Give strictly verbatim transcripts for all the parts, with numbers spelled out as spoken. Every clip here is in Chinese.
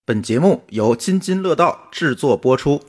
本节目由津津乐道制作播出。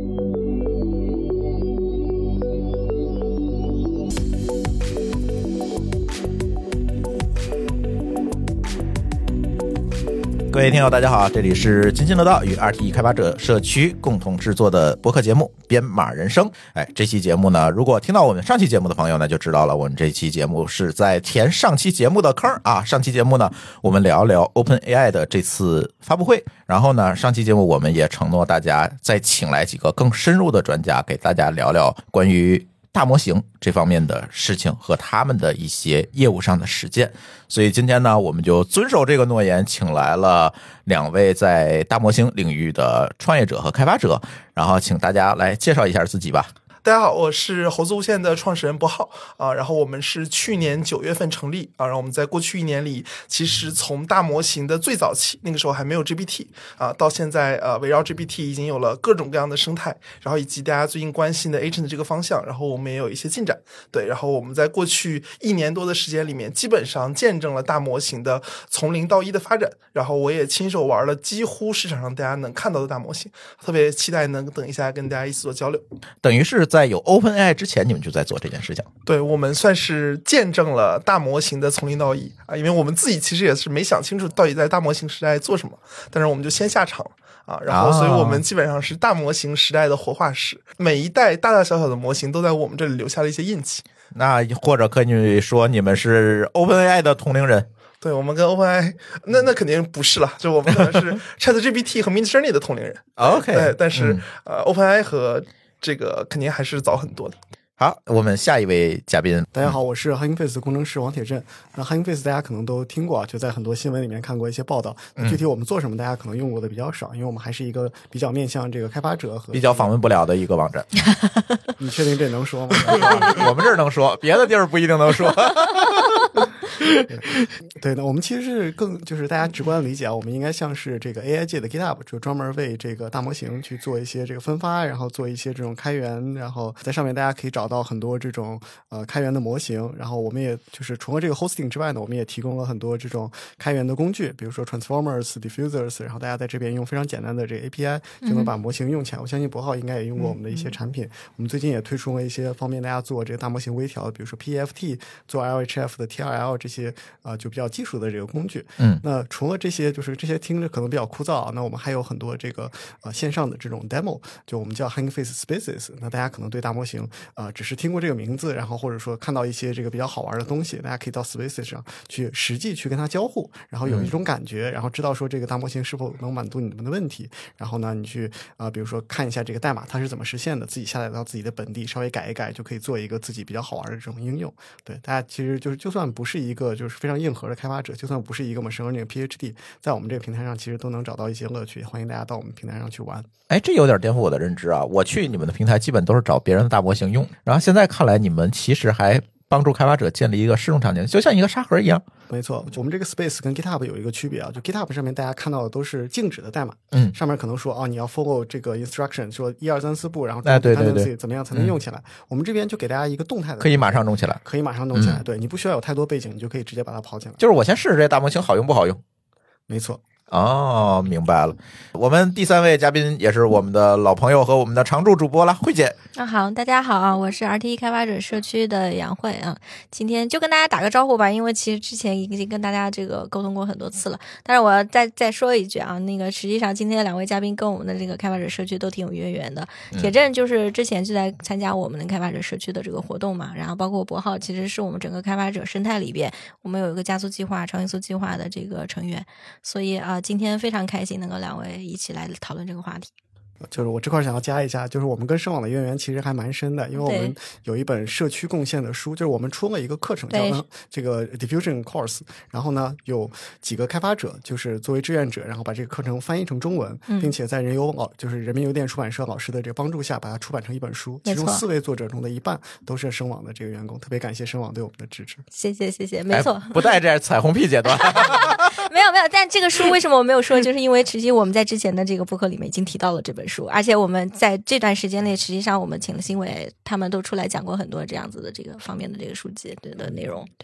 各位听友大家好，这里是津津乐道与 R T E 开发者社区共同制作的播客节目编码人生。哎，这期节目呢，如果听到我们上期节目的朋友呢，就知道了我们这期节目是在填上期节目的坑啊。上期节目呢，我们聊聊 OpenAI 的这次发布会，然后呢，上期节目我们也承诺大家再请来几个更深入的专家，给大家聊聊关于大模型这方面的事情和他们的一些业务上的实践。所以今天呢，我们就遵守这个诺言，请来了两位在大模型领域的创业者和开发者，然后请大家来介绍一下自己吧。 大家好，我是猴子无限的创始人博浩啊，然后我们是去年九月份成立啊，然后我们在过去一年里，其实从大模型的最早期，那个时候还没有 G P T 啊，到现在呃围绕 G P T 已经有了各种各样的生态，然后以及大家最近关心的 Agent 这个方向，然后我们也有一些进展。对，然后我们在过去一年多的时间里面，基本上见证了大模型的从零到一的发展，然后我也亲手玩了几乎市场上大家能看到的大模型，特别期待能等一下跟大家一起做交流。 等于是在有 OpenAI 之前，你们就在做这件事情。 对，我们算是见证了大模型的从零到一啊，因为我们自己其实也是没想清楚到底在大模型时代做什么，但是我们就先下场了啊，然后所以我们基本上是大模型时代的活化石，每一代大大小小的模型都在我们这里留下了一些印记。 那或者可以说你们是 OpenAI 的同龄人。 对，我们跟 OpenAI 那那肯定不是了，就我们可能是 ChatGPT 和 Midjourney 的同龄人。 OK， 对，但是、 嗯、 呃 OpenAI 和这个肯定还是早很多的。 好，我们下一位嘉宾。 大家好，我是 Hugging Face 的工程师王铁振。那 Hugging Face 大家可能都听过，就在很多新闻里面看过一些报道。那具体我们做什么，大家可能用过的比较少，因为我们还是一个比较面向这个开发者和比较访问不了的一个网站。 你确定这能说吗？ 我们这儿能说，别的地儿不一定能说。 对，那我们其实是更就是大家直观的理解啊，我们应该像是这个 A I 界的 GitHub， 就专门为这个大模型去做一些这个分发，然后做一些这种开源，然后在上面大家可以找到很多这种呃开源的模型。然后我们也就是除了这个 hosting 之外呢，我们也提供了很多这种开源的工具，比如说 transformers、diffusers， 然后大家在这边用非常简单的这个 A P I 就能把模型用起来。我相信博浩应该也用过我们的一些产品，我们最近也推出了一些方便大家做这个大模型微调的，比如说 P E F T 做 L H F 的 T R L 这些啊、呃、就比较技术的这个工具。 嗯， 那除了这些，就是这些听着可能比较枯燥啊，那我们还有很多这个呃线上的这种 demo， 就我们叫 Hugging Face Spaces。那大家可能对大模型啊、呃、只是听过这个名字，然后或者说看到一些这个比较好玩的东西，大家可以到 Spaces 上去实际去跟它交互，然后有一种感觉，然后知道说这个大模型是否能满足你们的问题。然后呢，你去啊、呃、比如说看一下这个代码它是怎么实现的，自己下载到自己的本地稍微改一改，就可以做一个自己比较好玩的这种应用。对，大家其实就是就算不是一个就是非常硬核的开发者，就算不是一个 machine learning P H D， 在我们这个平台上其实都能找到一些乐趣，欢迎大家到我们平台上去玩。 哎，这有点颠覆我的认知啊！我去你们的平台基本都是找别人的大模型用，然后现在看来你们其实还帮助开发者建立一个试用场景，就像一个沙盒一样。 没错，我们这个 space 跟 GitHub 有一个区别啊，就 GitHub 上面大家看到的都是静止的代码， 嗯， 上面可能说哦，你要 follow 这个 instruction， 说一二三四步，然后哎，对对对， 怎么样才能用起来？嗯、我们这边就给大家一个动态的， 可以马上弄起来， 可以马上弄起来。 嗯、 对，你不需要有太多背景，你就可以直接把它跑起来。 就是我先试试这大模型好用不好用。 没错。 哦，明白了。我们第三位嘉宾也是我们的老朋友和我们的常驻主播了，慧姐。 啊，好，大家好啊，我是 R T E 开发者社区的杨慧啊。今天就跟大家打个招呼吧，因为其实之前已经跟大家这个沟通过很多次了。但是我要再再说一句啊，那个实际上今天两位嘉宾跟我们的这个开发者社区都挺有渊源的。铁振就是之前就在参加我们的开发者社区的这个活动嘛，然后包括博浩其实是我们整个开发者生态里边，我们有一个加速计划、超音速计划的这个成员，所以啊。今天非常开心能够两位一起来讨论这个话题。 就是我这块想要加一下，就是我们跟深网的渊源其实还蛮深的，因为我们有一本社区贡献的书，就是我们出了一个课程叫这个 Diffusion Course， 然后呢有几个开发者就是作为志愿者，然后把这个课程翻译成中文， 嗯、 并且在人邮老就是人民邮电出版社老师的这个帮助下把它出版成一本书，其中四位作者中的一半都是深网的这个员工，特别感谢深网对我们的支持。 谢谢谢谢，没错， 哎、不带这彩虹屁阶段。 没有没有，但这个书为什么我没有说，就是因为实际我们在之前的这个播客里面已经提到了这本书，而且我们在这段时间内实际上我们请了新伟他们都出来讲过很多这样子的这个方面的这个书籍的内容。对，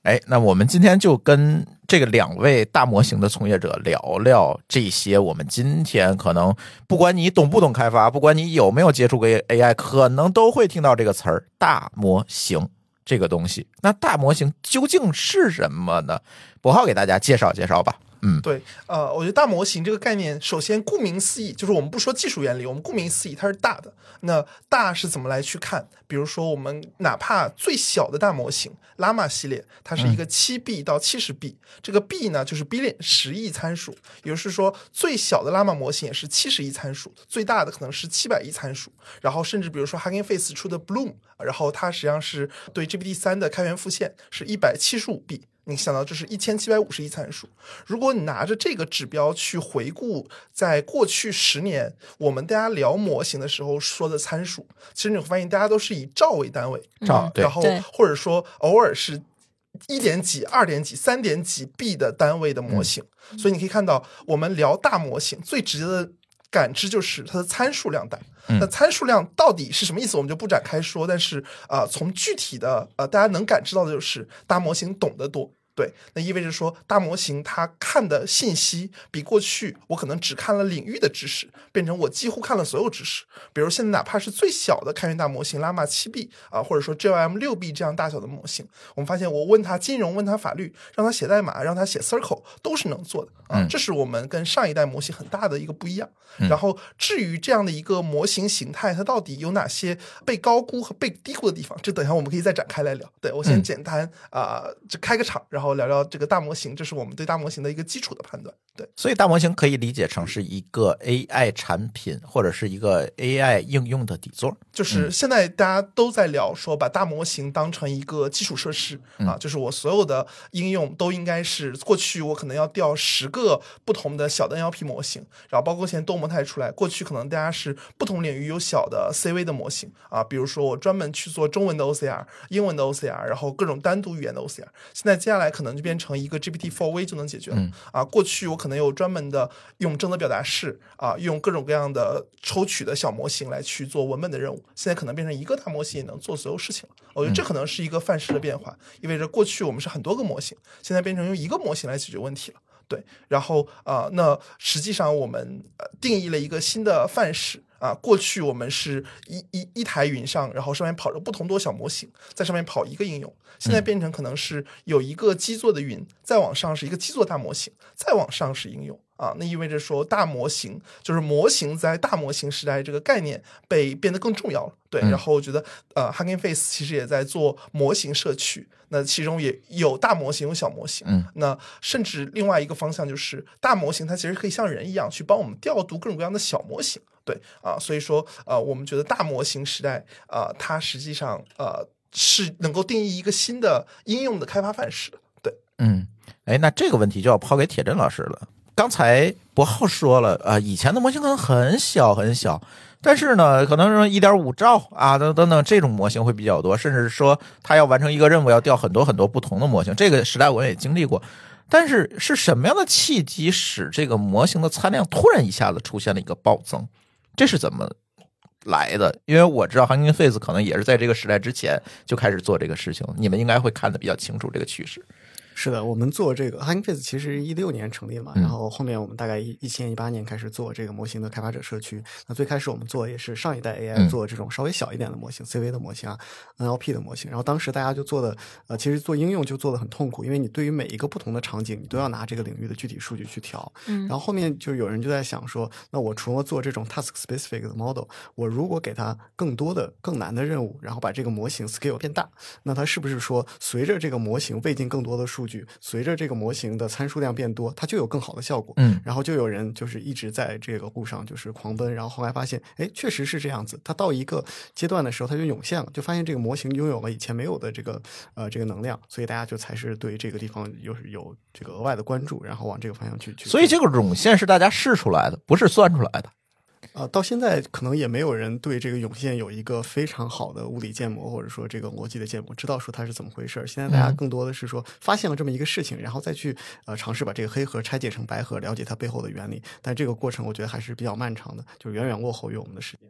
哎，那我们今天就跟这个两位大模型的从业者聊聊这些我们今天可能不管你懂不懂开发，不管你有没有接触过 A I， 可能都会听到这个词儿大模型这个东西。那大模型究竟是什么呢？博浩给大家介绍介绍吧。嗯， 对，呃，我觉得大模型这个概念，首先顾名思义，就是我们不说技术原理，我们顾名思义，它是大的。那大是怎么来去看？比如说，我们哪怕最小的大模型拉玛系列，它是一个七 B 到七十 B，、嗯、这个 B 呢就是 billion 十亿参数，也就是说，最小的拉玛模型也是七十亿参数，最大的可能是七百亿参数。然后甚至比如说 Hugging Face 出的 Bloom， 然后它实际上是对 G P T 三 的开源复现是一百七十五 B。你想到这是一千七百五十亿参数，如果你拿着这个指标去回顾在过去十年我们大家聊模型的时候说的参数，其实你会发现大家都是以兆为单位， 兆、嗯、 然后或者说偶尔是一点几、二点几、三点几 B 的单位的模型、嗯、所以你可以看到我们聊大模型最直接的感知就是它的参数量大。那参数量到底是什么意思我们就不展开说，但是呃，从具体的呃大家能感知到的就是大模型懂得多。对，那意味着说大模型它看的信息比过去我可能只看了领域的知识变成我几乎看了所有知识。比如现在哪怕是最小的开源大模型拉玛 七 B 啊，或者说 G L M 六 B 这样大小的模型，我们发现我问他金融问他法律让他写代码让他写 circle 都是能做的啊，这是我们跟上一代模型很大的一个不一样。然后至于这样的一个模型形态它到底有哪些被高估和被低估的地方，这等一下我们可以再展开来聊。对，我先简单啊、呃，就开个场然后然后聊聊这个大模型，这是我们对大模型的一个基础的判断。对， 所以大模型可以理解成是一个 A I 产品或者是一个 A I 应用的底座。 就是现在大家都在聊说把大模型当成一个基础设施、嗯、啊，就是我所有的应用都应该是过去我可能要调十个不同的小的 N L P 模型，然后包括现在多模态出来，过去可能大家是不同领域有小的 C V 的模型啊，比如说我专门去做中文的 O C R 英文的 O C R 然后各种单独语言的 O C R， 现在接下来可能就变成一个 G P T 四 V 就能解决了、嗯、啊。过去我可能有专门的用正则表达式啊，用各种各样的抽取的小模型来去做文本的任务，现在可能变成一个大模型也能做所有事情了。我觉得这可能是一个范式的变化，意味着过去我们是很多个模型，现在变成用一个模型来解决问题了。对，然后啊、呃，那实际上我们、呃、定义了一个新的范式啊。过去我们是一一一台云上，然后上面跑着不同多小模型，在上面跑一个应用。现在变成可能是有一个基座的云，再往上是一个基座大模型，再往上是应用啊。那意味着说大模型就是模型在大模型时代这个概念被变得更重要了。对，然后我觉得呃 Hugging Face 其实也在做模型社区。那其中也有大模型有小模型、嗯、那甚至另外一个方向就是大模型它其实可以像人一样去帮我们调度各种各样的小模型。对啊，所以说呃，我们觉得大模型时代呃，它实际上呃是能够定义一个新的应用的开发范式的。对， 嗯，哎，那这个问题就要抛给铁振老师了。刚才博浩说了啊、呃，以前的模型可能很小很小，但是呢，可能说 一点五 兆啊等等等这种模型会比较多，甚至说它要完成一个任务要调很多很多不同的模型，这个时代我也经历过。但是是什么样的契机使这个模型的参量突然一下子出现了一个暴增？这是怎么来的？因为我知道 Hugging Face 可能也是在这个时代之前就开始做这个事情，你们应该会看得比较清楚这个趋势。 是的，我们做这个 Hugging Face 其实一六年成立嘛， 嗯、 然后后面我们大概一一七年、一八年开始做这个模型的开发者社区。那最开始我们做的也是上一代 A I 做这种稍微小一点的模型、嗯、C V 的模型啊 ，N L P 的模型。然后当时大家就做的呃，其实做应用就做的很痛苦，因为你对于每一个不同的场景，你都要拿这个领域的具体数据去调。嗯。然后后面就有人就在想说，那我除了做这种 task specific 的 model， 我如果给它更多的、更难的任务，然后把这个模型 scale 变大，那它是不是说随着这个模型喂进更多的数据，随着这个模型的参数量变多，它就有更好的效果。 嗯， 然后就有人就是一直在这个路上就是狂奔，然后后来发现，哎，确实是这样子。它到一个阶段的时候，它就涌现了，就发现这个模型拥有了以前没有的这个呃这个能量，所以大家就才是对这个地方有有这个额外的关注，然后往这个方向去去。 所以这个涌现是大家试出来的，不是算出来的。 啊，到现在可能也没有人对这个涌现有一个非常好的物理建模，或者说这个逻辑的建模，知道说它是怎么回事。现在大家更多的是说发现了这么一个事情，然后再去呃尝试把这个黑盒拆解成白盒，了解它背后的原理。但这个过程我觉得还是比较漫长的，就远远落后于我们的时间。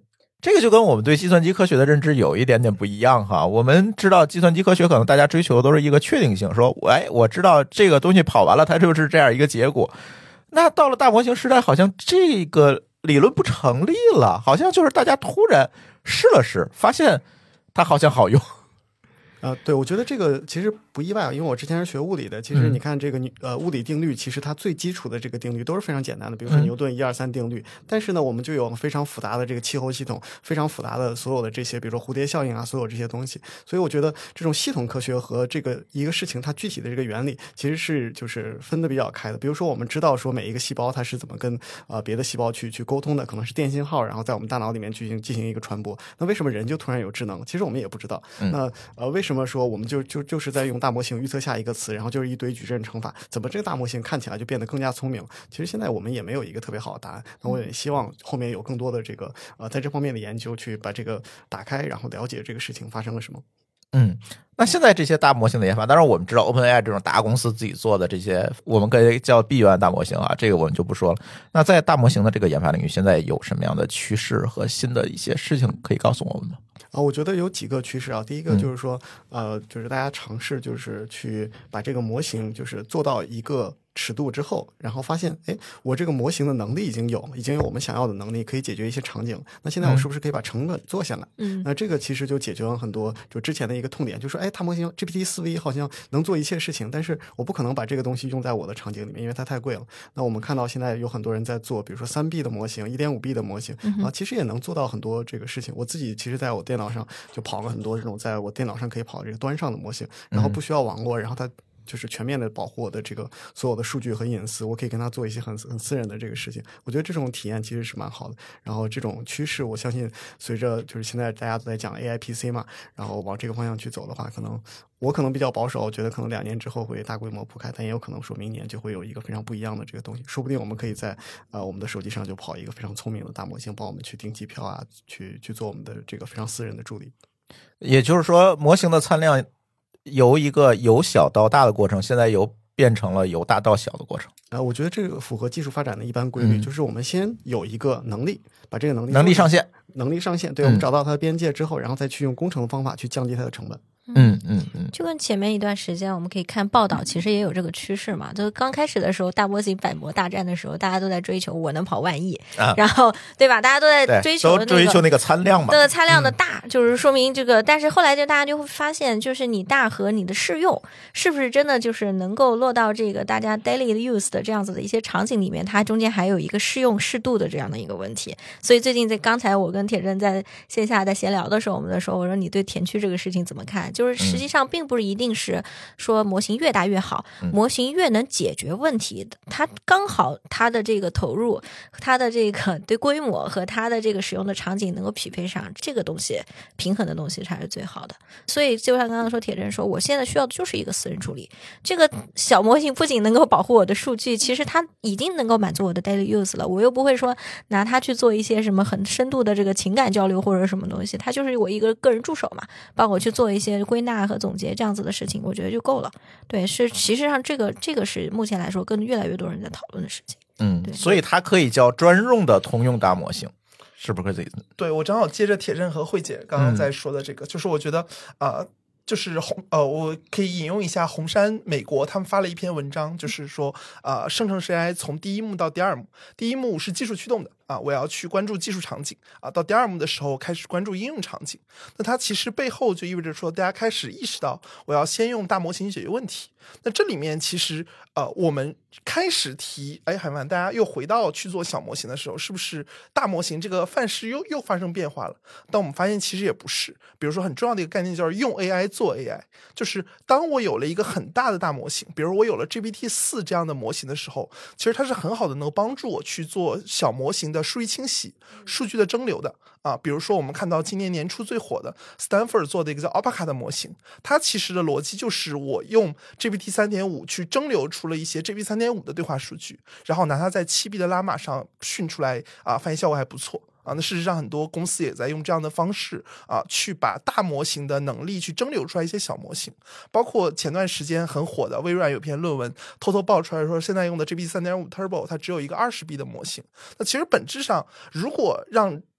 这个就跟我们对计算机科学的认知有一点点不一样哈。我们知道计算机科学可能大家追求的都是一个确定性，说哎，我知道这个东西跑完了它就是这样一个结果。那到了大模型时代，好像这个理论不成立了，好像就是大家突然试了试，发现它好像好用。 呃，对，我觉得这个其实不意外，因为我之前是学物理的。其实你看这个呃物理定律，其实它最基础的这个定律都是非常简单的，比如说牛顿一二三定律。但是呢，我们就有非常复杂的这个气候系统，非常复杂的所有的这些，比如说蝴蝶效应啊，所有这些东西。所以我觉得这种系统科学和这个一个事情它具体的这个原理，其实是就是分得比较开的。比如说我们知道说每一个细胞它是怎么跟呃别的细胞去去沟通的，可能是电信号，然后在我们大脑里面进行进行一个传播。那为什么人就突然有智能？其实我们也不知道。那呃为什么？什么说我们就就就是在用大模型预测下一个词，然后就是一堆矩阵乘法，怎么这个大模型看起来就变得更加聪明？其实现在我们也没有一个特别好的答案。那我也希望后面有更多的这个呃在这方面的研究，去把这个打开，然后了解这个事情发生了什么。 嗯，那现在这些大模型的研发，当然我们知道 OpenAI 这种大公司自己做的这些，我们可以叫闭源大模型啊，这个我们就不说了。那在大模型的这个研发领域，现在有什么样的趋势和新的一些事情可以告诉我们吗？ 啊，我觉得有几个趋势啊。第一个就是说，嗯、呃，就是大家尝试就是去把这个模型就是做到一个尺度之后，然后发现，哎，我这个模型的能力已经有了，已经有我们想要的能力，可以解决一些场景。那现在我是不是可以把成本做下来？嗯，那这个其实就解决了很多就之前的一个痛点，就是说，哎，大模型 G P T 四 V 好像能做一切事情，但是我不可能把这个东西用在我的场景里面，因为它太贵了。那我们看到现在有很多人在做，比如说 三 B 的模型、一点五 B 的模型、嗯、啊，其实也能做到很多这个事情。我自己其实在我电脑上就跑了很多这种在我电脑上可以跑这个端上的模型，然后不需要网络，然后它就是全面的保护我的这个所有的数据和隐私，我可以跟他做一些很很私人的这个事情。我觉得这种体验其实是蛮好的。然后这种趋势，我相信随着就是现在大家都在讲 A I P C 嘛，然后往这个方向去走的话，可能我可能比较保守，我觉得可能两年之后会大规模铺开，但也有可能说明年就会有一个非常不一样的这个东西。说不定我们可以在呃我们的手机上就跑一个非常聪明的大模型，帮我们去订机票啊，去去做我们的这个非常私人的助理。 也就是说，模型的参量由一个由小到大的过程，现在由变成了由大到小的过程。 呃，我觉得这个符合技术发展的一般规律，嗯、就是我们先有一个能力，把这个能力能力上线， 能力上线，对、嗯、我们找到它的边界之后，然后再去用工程的方法去降低它的成本。 嗯嗯嗯， 就跟前面一段时间我们可以看报道，其实也有这个趋势嘛。就刚开始的时候，大模型百模大战的时候，大家都在追求我能跑万亿，啊、然后对吧？大家都在追求、那个、 都追求那个参量嘛， 对参量的大、嗯，就是说明这个。但是后来就大家就会发现，就是你大和你的适用是不是真的就是能够落到这个大家 daily use 的这样子的一些场景里面，它中间还有一个适用适度的这样的一个问题。所以最近在刚才我跟铁铮在线下在闲聊的时候，我们在说，我说你对田区这个事情怎么看？就是实际上。并不是一定是说模型越大越好，模型越能解决问题，它刚好它的这个投入，它的这个对规模和它的这个使用的场景能够匹配上，这个东西平衡的东西才是最好的。所以就像刚刚说铁铮说，我现在需要的就是一个私人助理。这个小模型不仅能够保护我的数据，其实它已经能够满足我的 daily use 了，我又不会说拿它去做一些什么很深度的这个情感交流或者什么东西，它就是我一个个人助手嘛，帮我去做一些归纳和总结这样子的事情，我觉得就够了。对，是其实上这个这个是目前来说跟越来越多人在讨论的事情。 嗯，所以它可以叫专用的通用大模型，是不是可以？ 对，我正好接着铁铮和慧姐刚刚在说的这个，嗯、就是我觉得啊。呃就是红呃，我可以引用一下红杉美国他们发了一篇文章，就是说啊、呃，生成式 A I 从第一幕到第二幕，第一幕是技术驱动的啊，我要去关注技术场景啊，到第二幕的时候开始关注应用场景。那它其实背后就意味着说，大家开始意识到我要先用大模型解决问题。那这里面其实呃，我们开始提，哎，海曼，大家又回到去做小模型的时候，是不是大模型这个范式又又发生变化了？但我们发现其实也不是。比如说很重要的一个概念就是用 A I 做 A I， 就是当我有了一个很大的大模型，比如我有了 G P T 四 这样的模型的时候，其实它是很好的能帮助我去做小模型的数据清洗、数据的蒸馏的啊。比如说我们看到今年年初最火的 Stanford 做的一个叫 Alpaca 的模型，它其实的逻辑就是我用 G P T 三点五 去蒸馏出了一些 G P T 三点五 的对话数据，然后拿它在 七 B 的拉玛上训出来啊，发现效果还不错。啊，那事实上很多公司也在用这样的方式啊，去把大模型的能力去蒸馏出来一些小模型。包括前段时间很火的微软有篇论文偷偷爆出来说，现在用的 G P T 三点五 Turbo 它只有一个 二十 B 的模型。那其实本质上，如果让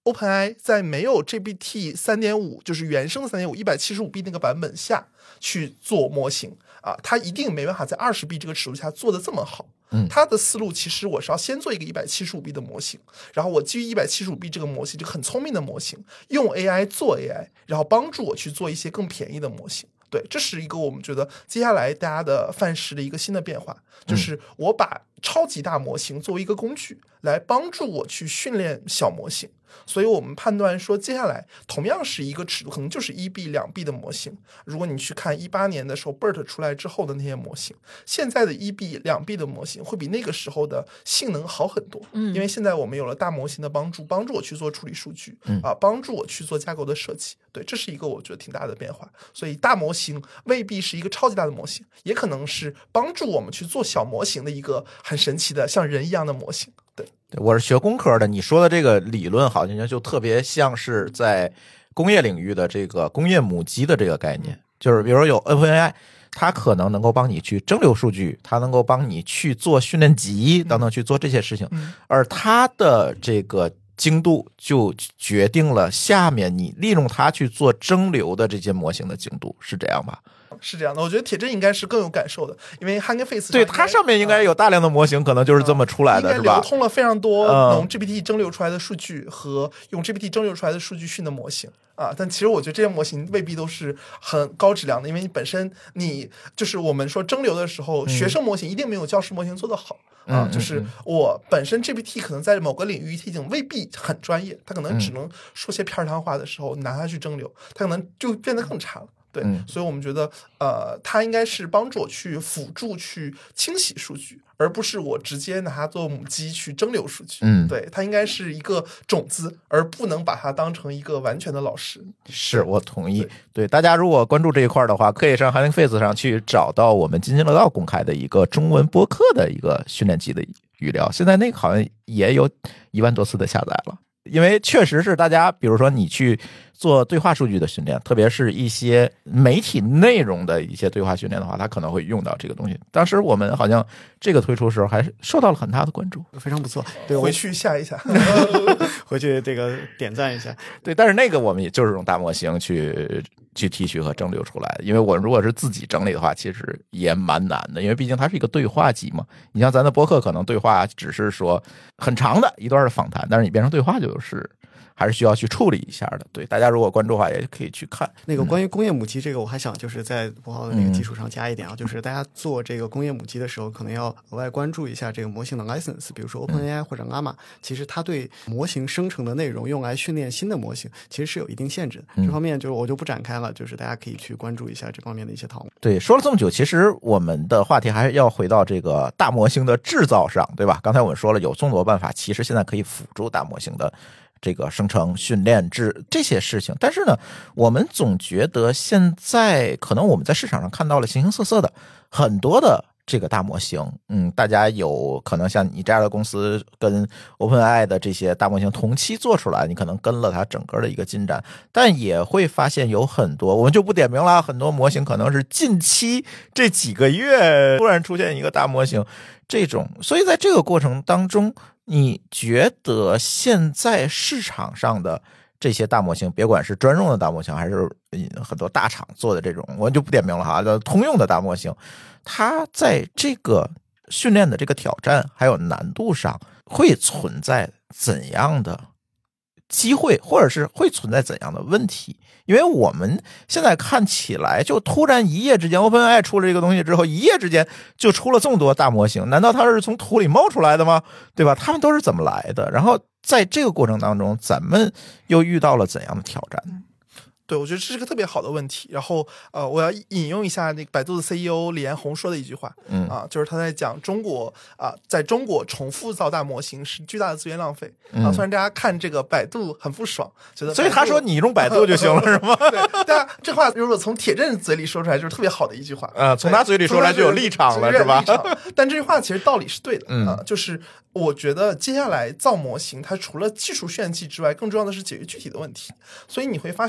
OpenAI 在没有 G P T 三点五 就是原生的 三点五 一百七十五 B 那个版本下去做模型啊，它一定没办法在二十 B 这个尺度下做的这么好。 嗯， 它的思路其实我是要先做一个 一百七十五 B 的模型，然后我基于 一百七十五 B 这个模型，这个很聪明的模型，用 A I 做 A I， 然后帮助我去做一些更便宜的模型。对，这是一个我们觉得接下来大家的范式的一个新的变化，就是我把超级大模型作为一个工具来帮助我去训练小模型。所以我们判断说，接下来同样是一个尺度，可能就是一 B 两 B 的模型。如果你去看一八年的时候 B E R T 出来之后的那些模型，现在的一 B 两 B 的模型会比那个时候的性能好很多。嗯，因为现在我们有了大模型的帮助，帮助我去做处理数据，嗯啊，帮助我去做架构的设计。对，这是一个我觉得挺大的变化。所以大模型未必是一个超级大的模型，也可能是帮助我们去做小模型的一个很神奇的像人一样的模型。对， 我是学工科的，你说的这个理论好像就特别像是在工业领域的这个工业母机的这个概念，就是比如说有 OpenAI， 它可能能够帮你去蒸馏数据，它能够帮你去做训练集等等去做这些事情，而它的这个精度就决定了下面你利用它去做蒸馏的这些模型的精度，是这样吧？ 是这样的，我觉得铁证应该是更有感受的，因为 Hugging Face 对它上面应该有大量的模型，可能就是这么出来的， 嗯、 是吧？ 流通了非常多用 G P T 蒸馏出来的数据和用 G P T 蒸馏出来的数据训的模型啊，但其实我觉得这些模型未必都是很高质量的，因为你本身你就是我们说蒸馏的时候，嗯、学生模型一定没有教师模型做得好。啊，就是我本身 G P T 可能在某个领域它已经未必很专业，它可能只能说些片儿汤话的时候拿它去蒸馏，它可能就变得更差了。对，嗯、所以我们觉得，呃，它应该是帮助我去辅助去清洗数据，而不是我直接拿它做母机去蒸馏数据。嗯，对，它应该是一个种子，而不能把它当成一个完全的老师。 是我同意。对，对大家如果关注这一块的话，可以上 Hugging Face 上去找到我们津津乐道公开的一个中文播客的一个训练集的语料，现在那个好像也有一万多次的下载了。因为确实是大家，比如说你去做对话数据的训练，特别是一些媒体内容的一些对话训练的话，它可能会用到这个东西。当时我们好像这个推出的时候还受到了很大的关注， 非常不错。对， 回去下一下， 回去这个点赞一下。 对，但是那个我们也就是用大模型去去提取和蒸馏出来的。因为我如果是自己整理的话，其实也蛮难的，因为毕竟它是一个对话集嘛。你像咱的播客，可能对话只是说很长的一段的访谈，但是你变成对话就是还是需要去处理一下的。对，大家如果关注的话，也可以去看。 那个关于工业母机这个，我还想就是在博浩的那个基础上加一点啊，嗯、就是大家做这个工业母机的时候，可能要额外关注一下这个模型的 license， 比如说 OpenAI 或者 Llama， 其实它对模型生成的内容用来训练新的模型，其实是有一定限制的。嗯、这方面就是我就不展开了，就是大家可以去关注一下这方面的一些讨论。 对，说了这么久，其实我们的话题还是要回到这个大模型的制造上，对吧？刚才我们说了有众多办法，其实现在可以辅助大模型的这个生成、训练、制这些事情，但是呢，我们总觉得现在可能我们在市场上看到了形形色色的很多的这个大模型，嗯，大家有可能像你这样的公司跟 OpenAI 的这些大模型同期做出来，你可能跟了它整个的一个进展，但也会发现有很多，我们就不点名了，很多模型可能是近期这几个月突然出现一个大模型，这种，所以在这个过程当中。你觉得现在市场上的这些大模型，别管是专用的大模型，还是很多大厂做的这种，我就不点名了哈，通用的大模型，它在这个训练的这个挑战还有难度上，会存在怎样的机会，或者是会存在怎样的问题？因为我们现在看起来就突然一夜之间 OpenAI 出了这个东西之后，一夜之间就出了这么多大模型，难道它是从土里冒出来的吗？对吧？他们都是怎么来的？然后在这个过程当中，咱们又遇到了怎样的挑战？ 对，我觉得这是个特别好的问题。然后，呃，我要引用一下那个百度的 C E O 李彦宏说的一句话，嗯啊，就是他在讲中国啊，在中国重复造大模型是巨大的资源浪费。啊，虽然大家看这个百度很不爽，觉得所以他说你用百度就行了，是吗？ 对，大家这话如果从铁证嘴里说出来，就是特别好的一句话。 啊，从他嘴里说出来就有立场了，是吧？ 但这句话其实道理是对的，嗯啊，就是我觉得接下来造模型，它除了技术炫技之外，更重要的是解决具体的问题。所以你会发现在国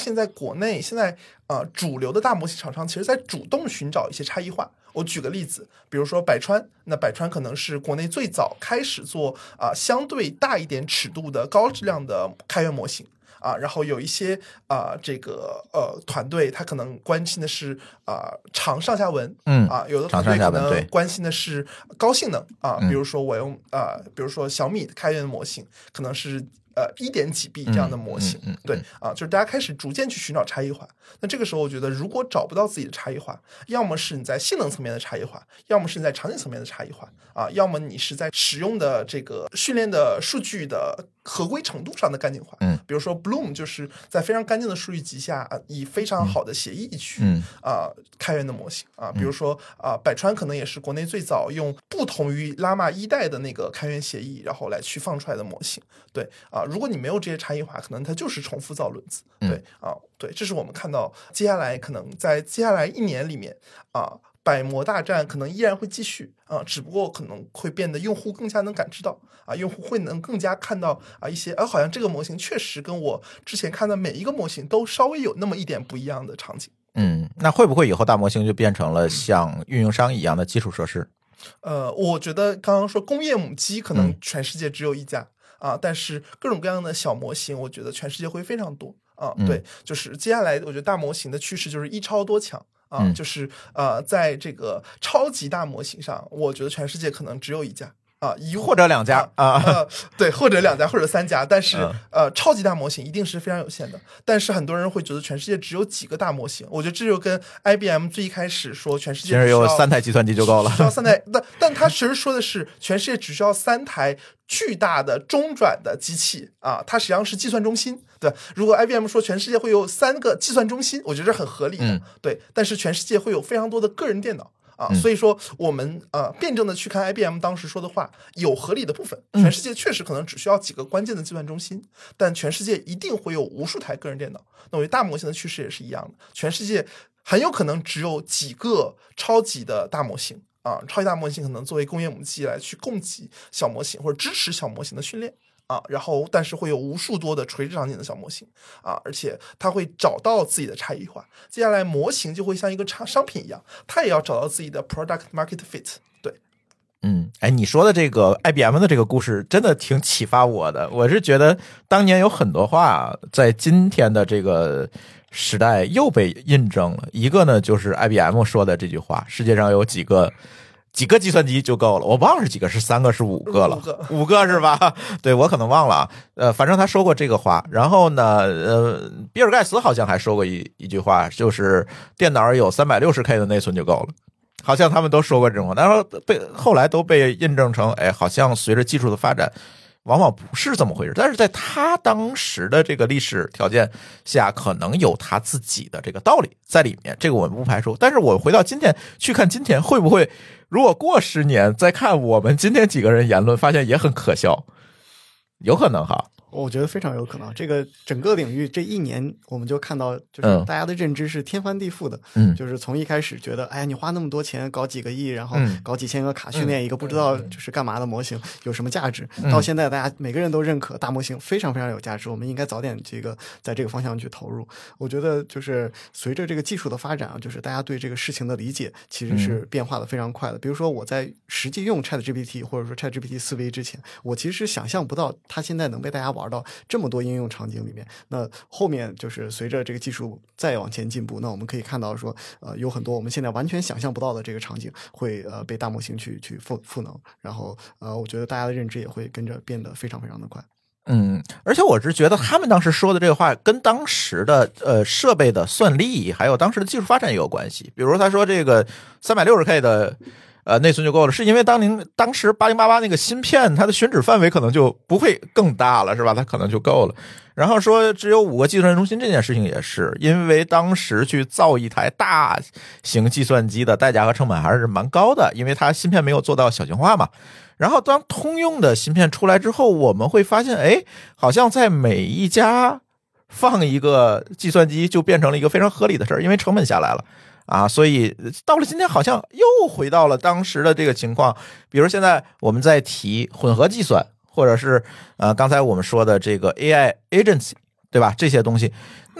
国内现在呃主流的大模型厂商其实在主动寻找一些差异化。我举个例子，比如说百川，那百川可能是国内最早开始做啊、呃、相对大一点尺度的高质量的开源模型。啊，然后有一些啊、呃，这个呃团队，他可能关心的是啊、呃、长上下文， 嗯啊，有的团队可长上下文对能关心的是高性能啊， 嗯比如说我用啊、呃，比如说小米的开源模型，可能是呃一点几 B 这样的模型， 嗯嗯嗯对啊，就是大家开始逐渐去寻找差异化。那这个时候，我觉得如果找不到自己的差异化，要么是你在性能层面的差异化，要么是你在场景层面的差异化啊，要么你是在使用的这个训练的数据的合规程度上的干净化。 嗯， 比如说 Bloom 就是在非常干净的数据集下，啊以非常好的协议去嗯啊、呃、开源的模型啊，比如说啊、呃、百川可能也是国内最早用不同于拉玛一代的那个开源协议，然后来去放出来的模型。对啊，如果你没有这些差异化，可能它就是重复造轮子。对啊，对，这是我们看到接下来可能在接下来一年里面啊。百模大战可能依然会继续啊，只不过可能会变得用户更加能感知到啊，用户会能更加看到啊一些，啊好像这个模型确实跟我之前看的每一个模型都稍微有那么一点不一样的场景。 嗯，那会不会以后大模型就变成了像运营商一样的基础设施？ 呃，我觉得刚刚说工业母机可能全世界只有一家、嗯、啊，但是各种各样的小模型，我觉得全世界会非常多啊。 嗯、 对，就是接下来我觉得大模型的趋势就是一超多强。啊，就是呃，在这个超级大模型上，我觉得全世界可能只有一家啊，一或者两家啊，呃，对，或者两家或者三家，但是、 嗯、 呃，超级大模型一定是非常有限的。但是很多人会觉得全世界只有几个大模型，我觉得这就跟 I B M 最一开始说全世界其实有三台计算机就够了， 需要三台，但但他其实说的是全世界只需要三台巨大的中转的机器啊，它实际上是计算中心。对，如果 I B M 说全世界会有三个计算中心，我觉得这很合理的。 嗯、 对，但是全世界会有非常多的个人电脑啊， 嗯、 所以说我们呃辩证的去看 I B M 当时说的话，有合理的部分。全世界确实可能只需要几个关键的计算中心，嗯、但全世界一定会有无数台个人电脑。那我觉得大模型的趋势也是一样的，全世界很有可能只有几个超级的大模型。啊，超级大模型可能作为工业母机来去供给小模型或者支持小模型的训练啊，然后但是会有无数多的垂直场景的小模型啊，而且它会找到自己的差异化。接下来模型就会像一个商商品一样，它也要找到自己的 product market fit。对， 嗯，哎，你说的这个 I B M 的这个故事真的挺启发我的。我是觉得当年有很多话在今天的这个时代又被印证了。一个呢，就是 I B M 说的这句话：世界上有几个几个计算机就够了。我忘了是几个，是三个是五个了？ 五个， 五个是吧？对，我可能忘了啊。呃，反正他说过这个话。然后呢，呃，比尔盖茨好像还说过一一句话，就是电脑有 三百六十 K 的内存就够了。好像他们都说过这种话，但是被后来都被印证成，哎，好像随着技术的发展，往往不是这么回事。但是在他当时的这个历史条件下，可能有他自己的这个道理在里面，这个我们不排除。但是我回到今天去看今天，会不会如果过十年再看我们今天几个人言论，发现也很可笑？有可能哈。 我觉得非常有可能，这个整个领域这一年我们就看到，就是大家的认知是天翻地覆的。 嗯， 就是从一开始觉得，哎呀，你花那么多钱搞几个亿，然后嗯搞几千个卡训练一个不知道就是干嘛的模型，有什么价值？ 嗯到现在大家每个人都认可大模型非常非常有价值，我们应该早点这个在这个方向去投入。我觉得就是随着这个技术的发展啊，就是大家对这个事情的理解其实是变化的非常快的。比如说我在实际用 ChatGPT 或者说 ChatGPT 四 V 之前，我其实想象不到它现在能被大家玩到这么多应用场景里面。那后面就是随着这个技术再往前进步，那我们可以看到说，呃，有很多我们现在完全想象不到的这个场景会呃被大模型去去赋赋能，然后呃，我觉得大家的认知也会跟着变得非常非常的快。 嗯，而且我是觉得他们当时说的这个话跟当时的呃设备的算力还有当时的技术发展也有关系。比如他说这个 三百六十 K 的呃内存就够了，是因为当您当时八零八八那个芯片它的选址范围可能就不会更大了，是吧？它可能就够了。然后说只有五个计算中心这件事情也是因为当时去造一台大型计算机的代价和成本还是蛮高的，因为它芯片没有做到小型化嘛。然后当通用的芯片出来之后，我们会发现，哎，好像在每一家放一个计算机就变成了一个非常合理的事儿，因为成本下来了。啊，所以到了今天好像又回到了当时的这个情况，比如现在我们在提混合计算，或者是呃刚才我们说的这个 A I agency， 对吧？这些东西，那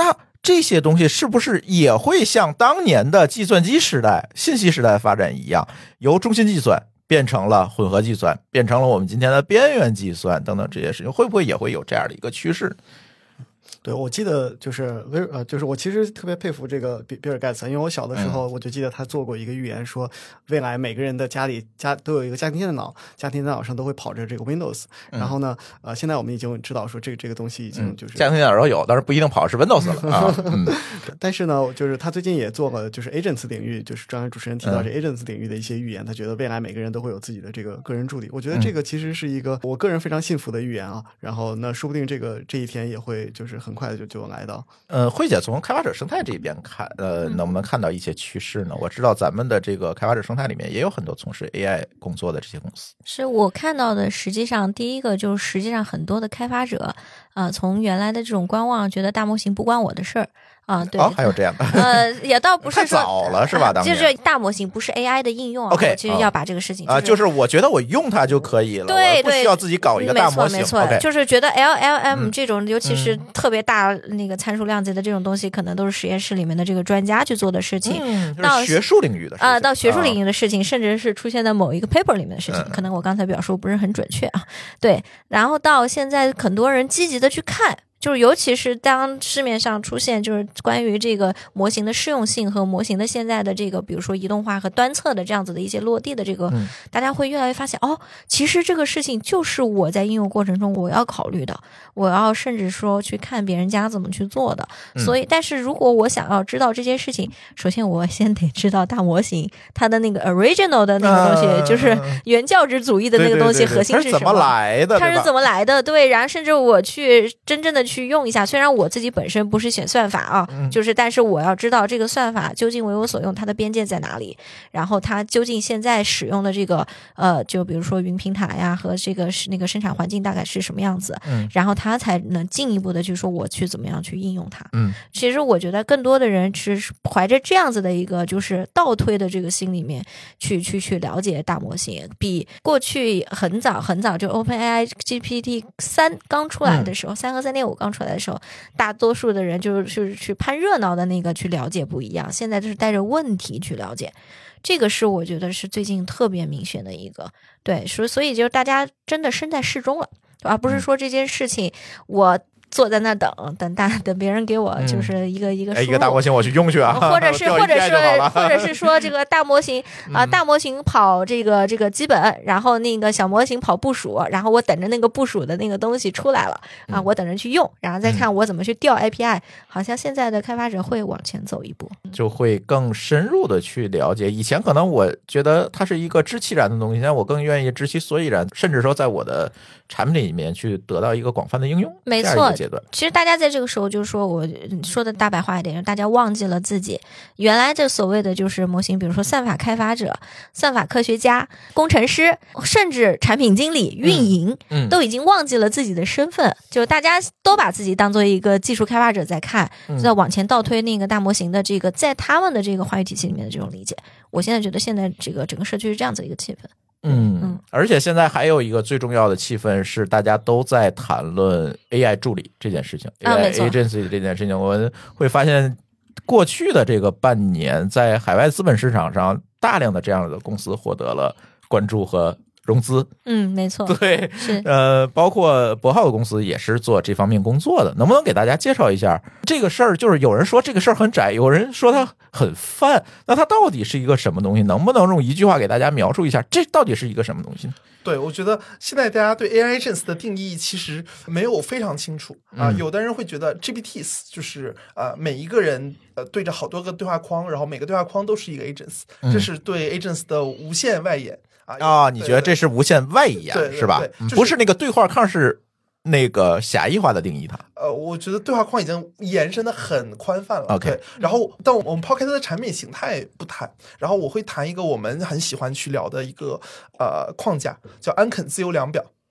这些东西是不是也会像当年的计算机时代、信息时代发展一样，由中心计算变成了混合计算，变成了我们今天的边缘计算等等这些事情，会不会也会有这样的一个趋势？ 对，我记得就是威呃，就是我其实特别佩服这个比比尔盖茨，因为我小的时候我就记得他做过一个预言，说未来每个人的家里家都有一个家庭电脑，家庭电脑上都会跑着这个 Windows。然后呢，呃，现在我们已经知道说这个这个东西已经就是、 嗯、家庭电脑都有，但是不一定跑是 Windows 了啊。嗯， 但是呢，就是他最近也做了就是 Agents 领域，就是刚才主持人提到这 Agents 领域的一些预言，他觉得未来每个人都会有自己的这个个人助理。我觉得这个其实是一个我个人非常信服的预言啊。然后那说不定这个这一天也会就是很快的就就来到。 呃，慧姐从开发者生态这边看，呃，能不能看到一些趋势呢？我知道咱们的这个开发者生态里面也有很多从事 A I 工作的这些公司。 是我看到的，实际上第一个就是实际上很多的开发者，啊、呃，从原来的这种观望，觉得大模型不关我的事儿。啊，对， 哦，还有这样的， 呃，也倒不是说太早了是吧？当年就是大模型不是 A I 的应用啊。 OK， 其实要把这个事情啊，就是我觉得我用它就可以了， 对对， 不需要自己搞一个大模型。 没错，没错， okay， 就是觉得 L L M 这种， 嗯、 尤其是特别大那个参数量级的这种东西，可能都是实验室里面的这个专家去做的事情， 嗯、 到就是学术领域的事情啊、呃，到学术领域的事情，啊、甚至是出现在某一个 paper 里面的事情， 嗯、 可能我刚才表述不是很准确啊。对，然后到现在很多人积极的去看。就是尤其是当市面上出现就是关于这个模型的适用性和模型的现在的这个比如说移动化和端侧的这样子的一些落地的这个、嗯、大家会越来越发现哦，其实这个事情就是我在应用过程中我要考虑的，我要甚至说去看别人家怎么去做的、嗯、所以但是如果我想要知道这件事情，首先我先得知道大模型它的那个 original 的那个东西、呃、就是原教旨主义的那个东西核心是什么， 它是怎么来的， 它是怎么来的，对，然后甚至我去真正的去去用一下，虽然我自己本身不是写算法啊、嗯、就是但是我要知道这个算法究竟为我所用，它的边界在哪里，然后它究竟现在使用的这个呃就比如说云平台呀和这个是那个生产环境大概是什么样子、嗯、然后它才能进一步的去说我去怎么样去应用它。嗯，其实我觉得更多的人是怀着这样子的一个就是倒推的这个心里面去去去了解大模型，比过去很早很早就 OpenAI G P T 三刚出来的时候，三、嗯、和 三点五 刚出来的时候，大多数的人就是去攀热闹的那个去了解不一样，现在就是带着问题去了解，这个是我觉得是最近特别明显的一个，对，所所以就大家真的身在事中了，而不是说这件事情我坐在那等等大等别人给我就是一个、嗯、一个输入、 哎、一个大模型我去用去啊， 或者是或者是或者是说这个大模型啊、呃、大模型跑这个这个基本，然后那个小模型跑部署，然后我等着那个部署的那个东西出来了啊，我等着去用，然后再看我怎么去调 A P I、嗯、好像现在的开发者会往前走一步， 就会更深入的去了解。以前可能我觉得它是一个知其然的东西，现在我更愿意知其所以然，甚至说在我的产品里面去得到一个广泛的应用。 没错，其实大家在这个时候就是说，我说的大白话一点，大家忘记了自己原来这所谓的就是模型，比如说算法开发者、算法科学家、工程师，甚至产品经理、运营、嗯嗯、都已经忘记了自己的身份，就大家都把自己当做一个技术开发者在看，在往前倒推那个大模型的这个在他们的这个话语体系里面的这种理解。我现在觉得现在这个整个社区是这样子的一个气氛。 嗯嗯，而且现在还有一个最重要的气氛是大家都在谈论 A I 助理这件事情、 啊、 A I agency 这件事情。我们会发现过去的这个半年在海外资本市场上大量的这样的公司获得了关注和融资。 嗯，没错， 对， 是呃，包括博浩的公司也是做这方面工作的。能不能给大家介绍一下这个事儿？就是有人说这个事儿很窄，有人说它很泛，那它到底是一个什么东西？能不能用一句话给大家描述一下，这到底是一个什么东西呢？ 对，我觉得现在大家对 A I agents 的定义其实没有非常清楚啊、嗯。有的人会觉得 G P Ts 就是呃每一个人呃对着好多个对话框，然后每个对话框都是一个 agents，、嗯、这是对 agents 的无限外延。啊、 哦，你觉得这是无限外延是吧？ 对、就是、 不是那个对话框是那个狭义化的定义它。 呃，我觉得对话框已经延伸的很宽泛了。 OK， 对，然后但我们抛开它的产品形态不谈，然后我会谈一个我们很喜欢去聊的一个呃框架，叫安肯自由量表。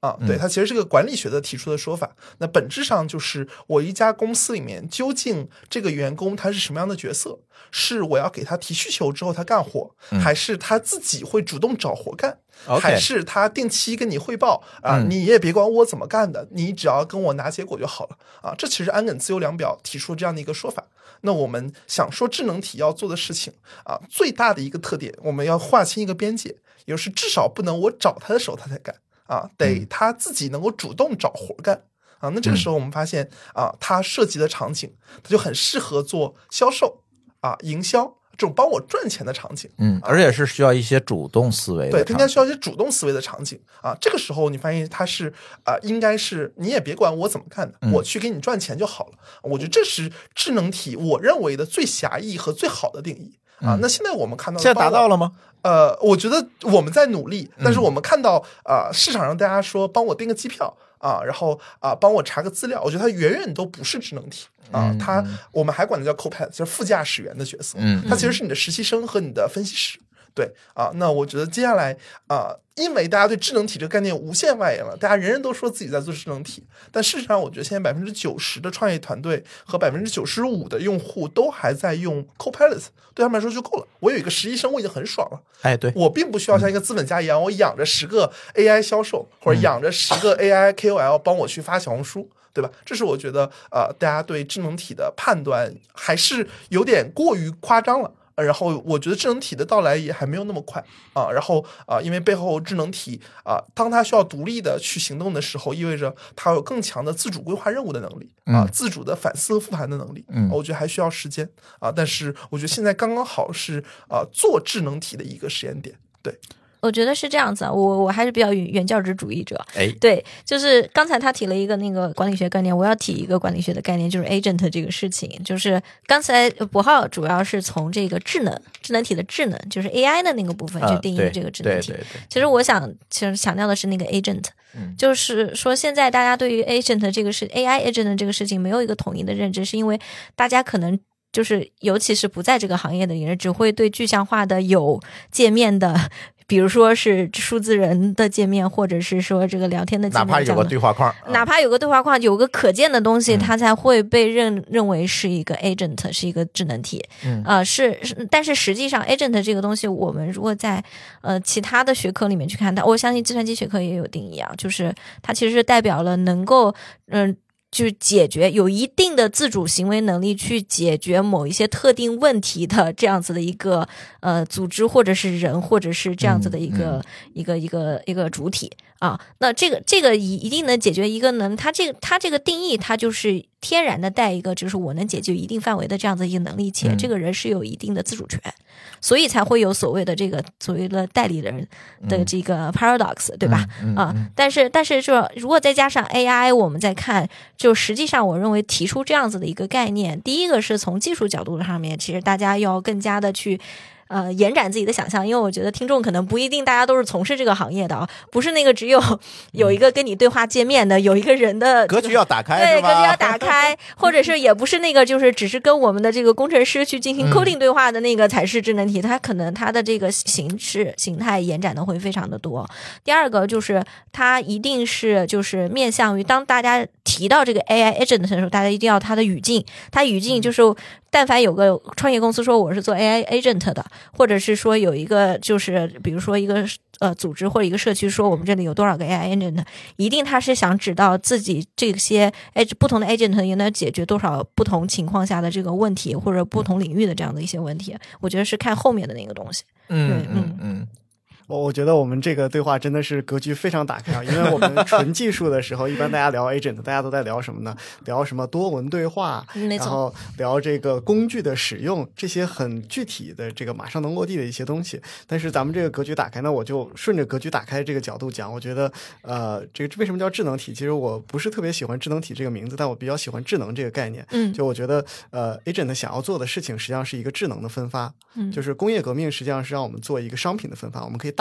啊，对，它其实是个管理学的提出的说法。那本质上就是我一家公司里面究竟这个员工他是什么样的角色？是我要给他提需求之后他干活， 嗯、 还是他自己会主动找活干？ Okay. 还是他定期跟你汇报啊、呃嗯？你也别管我怎么干的，你只要跟我拿结果就好了啊！这其实安耿自由量表提出这样的一个说法。那我们想说智能体要做的事情啊，最大的一个特点，我们要划清一个边界，也就是至少不能我找他的时候他才干啊，得他自己能够主动找活干啊。那这个时候我们发现啊，他涉及的场景，他就很适合做销售啊、营销。这种帮我赚钱的场景， 嗯，而且是需要一些主动思维的， 对，它应该需要一些主动思维的场景啊。这个时候你发现它是啊、呃，应该是你也别管我怎么干的，嗯、我去给你赚钱就好了。我觉得这是智能体我认为的最狭义和最好的定义啊。嗯、那现在我们看到现在达到了吗？ 呃，我觉得我们在努力，但是我们看到啊、呃，市场上大家说帮我订个机票啊，然后啊帮我查个资料，我觉得它远远都不是智能体。啊，他我们还管它叫 co-pilot， 就是副驾驶员的角色。嗯，他其实是你的实习生和你的分析师。对啊，那我觉得接下来啊，因为大家对智能体这个概念无限外延了，大家人人都说自己在做智能体，但事实上，我觉得现在百分之九十的创业团队和百分之九十五的用户都还在用 co-pilot， 对他们来说就够了。我有一个实习生，我已经很爽了。 哎，对， 我并不需要像一个资本家一样，我养着十个 A I 销售或者养着十个 A I K O L 帮我去发小红书。对吧？这是我觉得，呃，大家对智能体的判断还是有点过于夸张了。呃、然后，我觉得智能体的到来也还没有那么快啊。然后啊、呃，因为背后智能体啊、呃，当它需要独立的去行动的时候，意味着它有更强的自主规划任务的能力啊、呃，自主的反思和复盘的能力。嗯，我觉得还需要时间啊。但是，我觉得现在刚刚好是啊、呃，做智能体的一个时间点。对。 我觉得是这样子啊，我我还是比较原教旨主义者。 哎， 对，就是刚才他提了一个那个管理学概念，我要提一个管理学的概念，就是 agent 这个事情。就是刚才博浩主要是从这个智能智能体的智能，就是 A I 的那个部分去定义这个智能体。 啊、对对对对其实我想其实强调的是那个 agent，、嗯、就是说现在大家对于 agent 这个事 A I agent 这个事情没有一个统一的认知，是因为大家可能。就是尤其是不在这个行业的人，只会对具象化的有界面的，比如说是数字人的界面，或者是说这个聊天的界面， 哪怕有个对话框， 哪怕有个对话框，有个可见的东西，嗯、它才会被认认为是一个 agent， 是一个智能体。嗯，呃，是，是但是实际上 agent 这个东西，我们如果在呃其他的学科里面去看它，我相信计算机学科也有定义啊，就是它其实是代表了能够嗯。呃去解决有一定的自主行为能力去解决某一些特定问题的这样子的一个呃组织或者是人或者是这样子的一个、嗯、一个一个一个主体啊，那这个这个一一定能解决一个能，它这个它这个定义它就是天然的带一个就是我能解决一定范围的这样子一个能力，且、嗯、这个人是有一定的自主权，所以才会有所谓的这个所谓的代理人的这个 paradox、嗯、对吧、嗯嗯、啊，但是但是说如果再加上 A I， 我们再看。就实际上我认为提出这样子的一个概念，第一个是从技术角度上面，其实大家要更加的去呃延展自己的想象，因为我觉得听众可能不一定大家都是从事这个行业的啊，不是那个只有有一个跟你对话界面的，有一个人的、这个、 格局要打开， 对， 是吧？ 格局要打开，或者是也不是那个就是只是跟我们的这个工程师去进行 coding 对话的那个才是智能体，它可能它的这个形式形态延展的会非常的多。第二个就是它一定是就是面向于当大家提到这个 A I agent 的时候，大家一定要它的语境，它语境就是但凡有个创业公司说我是做 A I agent 的，或者是说有一个就是比如说一个呃组织或者一个社区说我们这里有多少个 A I agent， 一定他是想知道自己这些不同的 agent 也能解决多少不同情况下的这个问题，或者不同领域的这样的一些问题，我觉得是看后面的那个东西。 嗯嗯嗯。 我我觉得我们这个对话真的是格局非常打开啊，因为我们纯技术的时候，一般大家聊 agent， 大家都在聊什么呢？聊什么多文对话，然后聊这个工具的使用，这些很具体的这个马上能落地的一些东西。但是咱们这个格局打开呢，我就顺着格局打开这个角度讲，我觉得呃，这个为什么叫智能体？其实我不是特别喜欢智能体这个名字，但我比较喜欢智能这个概念。嗯，就我觉得呃 agent 想要做的事情实际上是一个智能的分发。嗯，就是工业革命实际上是让我们做一个商品的分发，我们可以大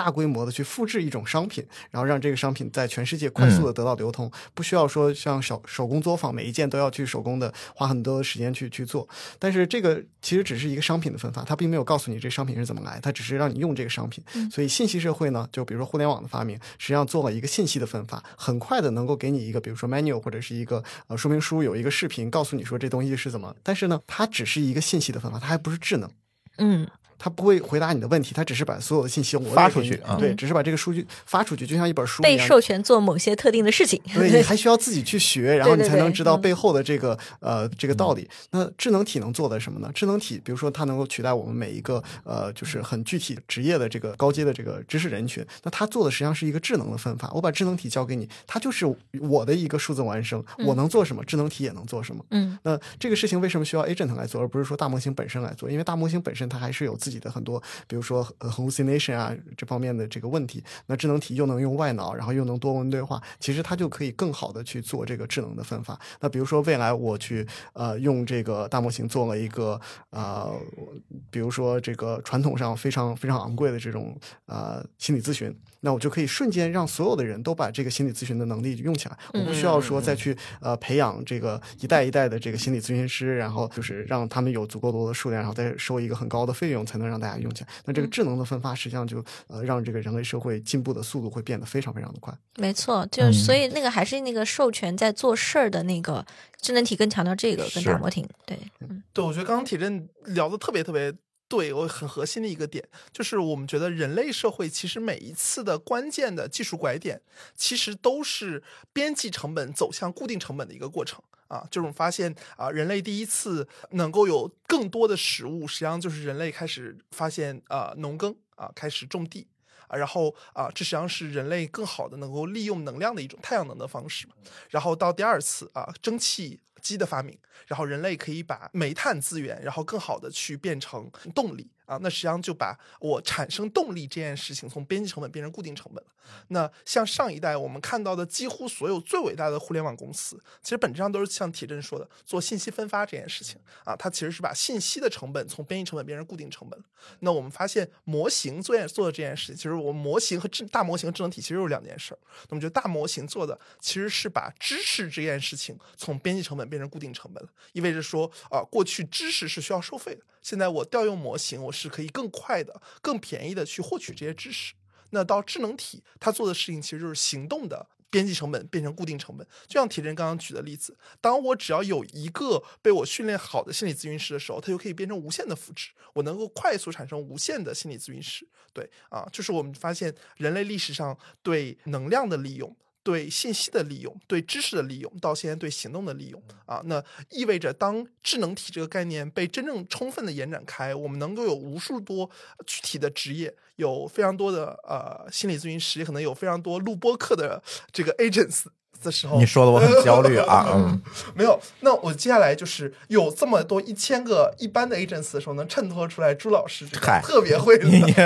大规模的去复制一种商品，然后让这个商品在全世界快速的得到流通，嗯、不需要说像手手工作坊每一件都要去手工的花很多的时间去去做。但是这个其实只是一个商品的分发，它并没有告诉你这商品是怎么来，它只是让你用这个商品。嗯、所以信息社会呢，就比如说互联网的发明，实际上做了一个信息的分发，很快的能够给你一个比如说 manual 或者是一个呃说明书，有一个视频告诉你说这东西是怎么，但是呢它只是一个信息的分发，它还不是智能。 嗯， 它不会回答你的问题，它只是把所有的信息发出去， 啊、对，只是把这个数据发出去，就像一本书一样， 被授权做某些特定的事情。 对，你还需要自己去学，然后你才能知道背后的这个对对对呃这个道理。那智能体能做的什么呢？智能体，比如说它能够取代我们每一个呃就是很具体职业的这个高阶的这个知识人群。那它做的实际上是一个智能的分发。我把智能体交给你，它就是我的一个数字完生， 嗯、 我能做什么，智能体也能做什么。 嗯， 那这个事情为什么需要 agent 来做，而不是说大模型本身来做？因为大模型本身它还是有自己的很多。比如说 hallucination 啊这方面的这个问题，那智能体又能用外脑，然后又能多问对话，其实它就可以更好的去做这个智能的分发。那比如说未来我去呃用这个大模型做了一个呃比如说这个传统上非常非常昂贵的这种呃心理咨询，那我就可以瞬间让所有的人都把这个心理咨询的能力用起来，我不需要说再去呃培养这个一代一代的这个心理咨询师，然后就是让他们有足够多的数量，然后再收一个很高的费用才能让大家用起来。那这个智能的分发实际上就呃让这个人类社会进步的速度会变得非常非常的快。 没错，就所以那个还是那个授权在做事儿的那个智能体更强调这个跟大模型。对，嗯， 对，我觉得刚刚体正聊的特别特别对，我很核心的一个点就是我们觉得人类社会其实每一次的关键的技术拐点其实都是边际成本走向固定成本的一个过程啊，这种发现啊，人类第一次能够有更多的食物，实际上就是人类开始发现啊农耕啊，开始种地啊，然后啊，这实际上是人类更好的能够利用能量的一种太阳能的方式。然后到第二次啊，蒸汽机的发明，然后人类可以把煤炭资源，然后更好的去变成动力啊，那实际上就把我产生动力这件事情从边际成本变成固定成本了。那像上一代我们看到的几乎所有最伟大的互联网公司，其实本质上都是像体正说的做信息分发这件事情啊，它其实是把信息的成本从边际成本变成固定成本了。那我们发现模型做做的这件事情，其实我们模型和智大模型和智能体其实有两件事。那我们觉得大模型做的其实是把知识这件事情从边际成本变成固定成本了，意味着说啊、呃，过去知识是需要收费的，现在我调用模型，我是可以更快的、更便宜的去获取这些知识。那到智能体，它做的事情其实就是行动的边际成本变成固定成本。就像体正刚刚举的例子，当我只要有一个被我训练好的心理咨询师的时候，它就可以变成无限的复制，我能够快速产生无限的心理咨询师。对啊，就是我们发现人类历史上对能量的利用，对信息的利用，对知识的利用，到现在对行动的利用啊，那意味着当智能体这个概念被真正充分的延展开，我们能够有无数多具体的职业，有非常多的呃心理咨询师，也可能有非常多录播课的这个 agents的时候， 你说的我很焦虑啊。嗯， 没有，那我接下来就是有这么多一千个一般的 agents 的时候，能衬托出来朱老师这个特别会的。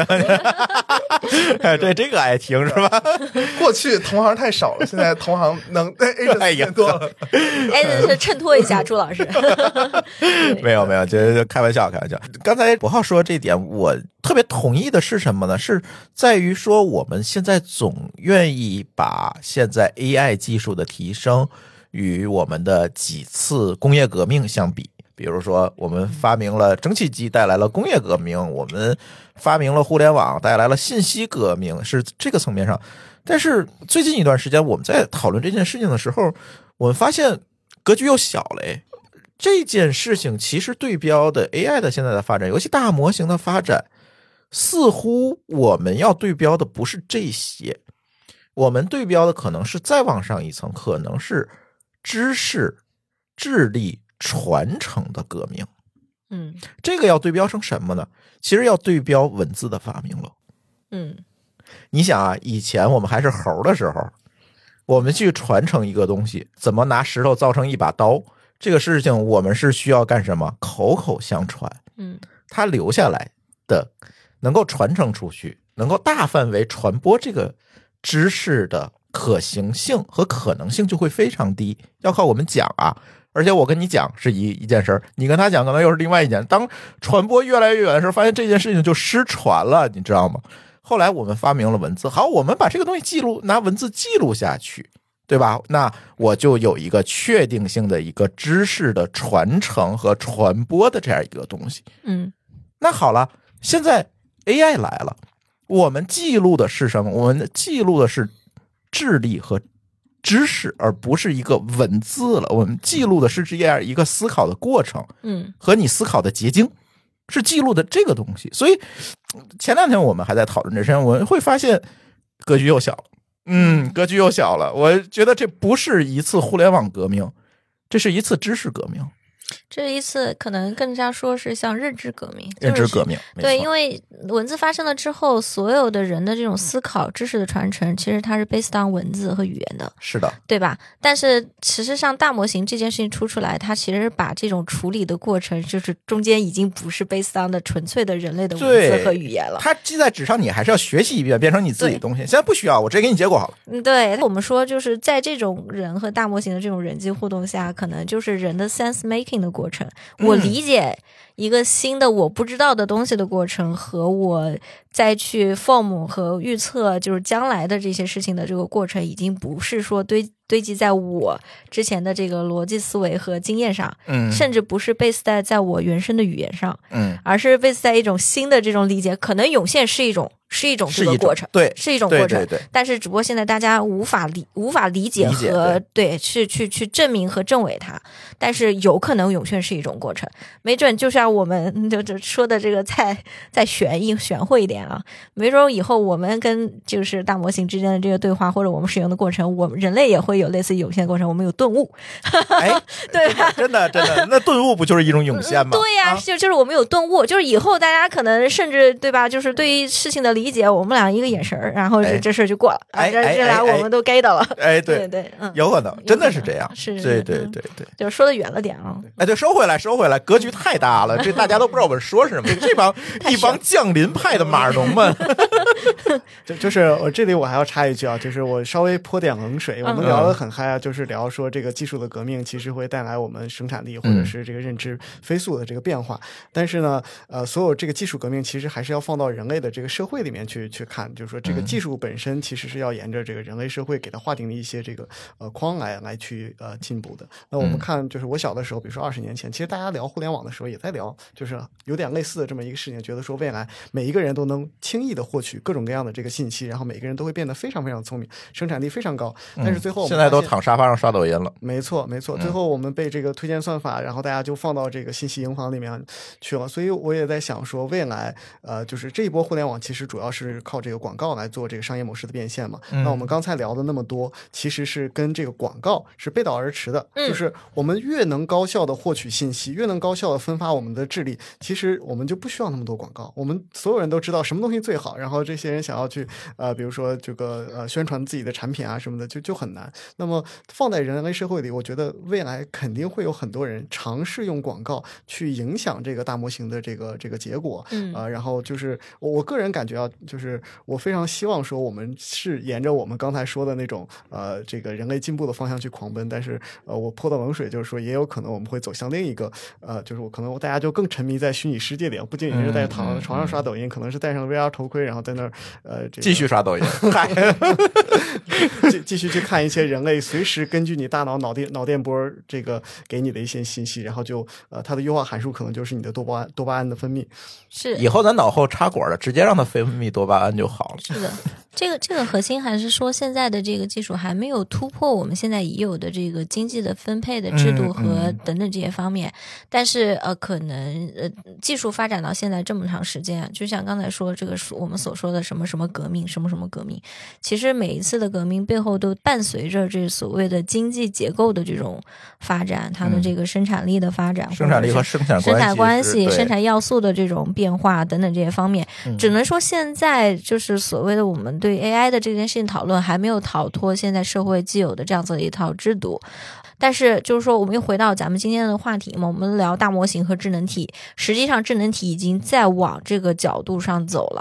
哎，对，这个爱听是吧？ 过去同行太少了，现在同行能 agents 更多了。 agents 衬托一下朱老师。 没有没有，就是开玩笑开玩笑。刚才博浩说这点，我特别同意的是什么呢？是在于说我们现在总愿意把现在 A I 技术的提升与我们的几次工业革命相比，比如说我们发明了蒸汽机带来了工业革命，我们发明了互联网带来了信息革命，是这个层面上。但是最近一段时间我们在讨论这件事情的时候，我们发现格局又小了。这件事情其实对标的 A I 的现在的发展，尤其大模型的发展，似乎我们要对标的不是这些，我们对标的可能是再往上一层，可能是知识、智力传承的革命。 嗯， 这个要对标成什么呢？其实要对标文字的发明了。 嗯， 你想啊，以前我们还是猴的时候，我们去传承一个东西，怎么拿石头造成一把刀，这个事情我们是需要干什么？口口相传。 嗯， 它留下来的能够传承出去，能够大范围传播这个知识的可行性和可能性就会非常低，要靠我们讲啊。而且我跟你讲是一一件事，你跟他讲可能又是另外一件。当传播越来越远的时候，发现这件事情就失传了，你知道吗？ 后来我们发明了文字，好，我们把这个东西记录，拿文字记录下去，对吧？那我就有一个确定性的一个知识的传承和传播的这样一个东西。 嗯， 那好了，现在 A I 来了，我们记录的是什么？我们记录的是智力和知识，而不是一个文字了。我们记录的是这样一个思考的过程， 嗯， 和你思考的结晶，是记录的这个东西。所以前两天我们还在讨论这事情，我会发现格局又小了。嗯，格局又小了。我觉得这不是一次互联网革命，这是一次知识革命。 这一次可能更加说是像认知革命， 认知革命， 对，因为文字发生了之后，所有的人的这种思考、知识的传承，其实它是 based on 文字和语言的， 是的， 对吧？但是事实上，大模型这件事情出出来，它其实把这种处理的过程，就是中间已经不是 based on 的纯粹的人类的文字和语言了。 它记在纸上，你还是要学习一遍，变成你自己的东西。现在不需要，我直接给你结果好了。 嗯，对，我们说就是在这种人和大模型的这种人际互动下，可能就是人的 sense making 的过程。我理解一个新的我不知道的东西的过程，和我再去 form 和预测就是将来的这些事情的这个过程，已经不是说堆堆积在我之前的这个逻辑思维和经验上， 嗯， 甚至不是 base 在在我原生的语言上， 嗯， 而是 base 在一种新的这种理解，可能涌现是一种是一种这个过程， 对， 是一种过程， 对对对， 但是只不过现在大家无法理无法理解和对去去去证明和证伪它，但是有可能涌现是一种过程，没准就像我们就就说的这个再再玄一玄慧一点啊，没准以后我们跟就是大模型之间的这个对话，或者我们使用的过程，我们人类也会有类似涌现的过程，我们有顿悟， 哎， 对吧？ 真的真的，那顿悟不就是一种涌现吗？ 对呀、啊，就就是我们有顿悟，就是以后大家可能甚至对吧，就是对于事情的理解，我们俩一个眼神，然后这、哎、这事就过了， 哎， 这这俩我们都 get 到了， 哎，对对对，嗯， 有可能，真的是这样， 是， 对对对对， 就说的远了点啊， 哎，对，收回来，收回来，格局太大了，这大家都不知道我们说什么，这帮一帮降临派的码农们， 就就是我这里我还要插一句啊，就是我稍微泼点冷水，我们聊得很嗨啊，就是聊说这个技术的革命其实会带来我们生产力或者是这个认知飞速的这个变化，但是呢，呃，所有这个技术革命其实还是要放到人类的这个社会里面去去看，就是说这个技术本身其实是要沿着这个人类社会给它划定的一些这个呃框来来去呃进步的。那我们看，就是我小的时候，比如说二十年前，其实大家聊互联网的时候也在聊，就是有点类似的这么一个事情，觉得说未来每一个人都能轻易的获取各种各样的这个信息，然后每个人都会变得非常非常聪明，生产力非常高。但是最后我们、 嗯、现在都躺沙发上刷抖音了。 没错没错，最后我们被这个推荐算法，然后大家就放到这个信息营房里面去了。所以我也在想说，未来呃，就是这一波互联网其实主要是靠这个广告来做这个商业模式的变现嘛。嗯、那我们刚才聊的那么多，其实是跟这个广告是背道而驰的。嗯、就是我们越能高效的获取信息，越能高效的分发我们的智力，其实我们就不需要那么多广告。我们所有人都知道什么东西最好，然后这些人想要去呃，比如说这个呃宣传自己的产品啊什么的，就就很难。那么放在人类社会里，我觉得未来肯定会有很多人尝试用广告去影响这个大模型的这个这个结果。嗯，呃，然后就是我我个人感觉啊，就是我非常希望说我们是沿着我们刚才说的那种呃这个人类进步的方向去狂奔，但是呃我泼到冷水就是说也有可能我们会走向另一个呃就是我可能大家就更沉迷在虚拟世界里，不仅仅是在躺在床上刷抖音，嗯、可能是戴上 V R 头盔，然后在那儿呃、这个、 继续刷抖音， 继继续去看一些人类随时根据你大脑脑电脑电波这个给你的一些信息，然后就呃它的优化函数可能就是你的多巴胺多巴胺的分泌。 是以后咱脑后插管了，直接让它分泌多巴胺就好了。 是的，这个这个核心还是说现在的这个技术还没有突破我们现在已有的这个经济的分配的制度和等等这些方面。嗯嗯、但是呃，可能呃技术发展到现在这么长时间，就像刚才说这个我们所说的什么什么革命，什么什么革命，其实每一次的革命背后都伴随着这所谓的经济结构的这种发展，它的这个生产力的发展， 嗯、生产力和生产生产关系、生产要素的这种变化等等这些方面，嗯、只能说现在就是所谓的我们对 A I 的这件事情讨论还没有逃脱现在社会既有的这样子的一套制度。但是就是说我们又回到咱们今天的话题嘛，我们聊大模型和智能体，实际上智能体已经在往这个角度上走了。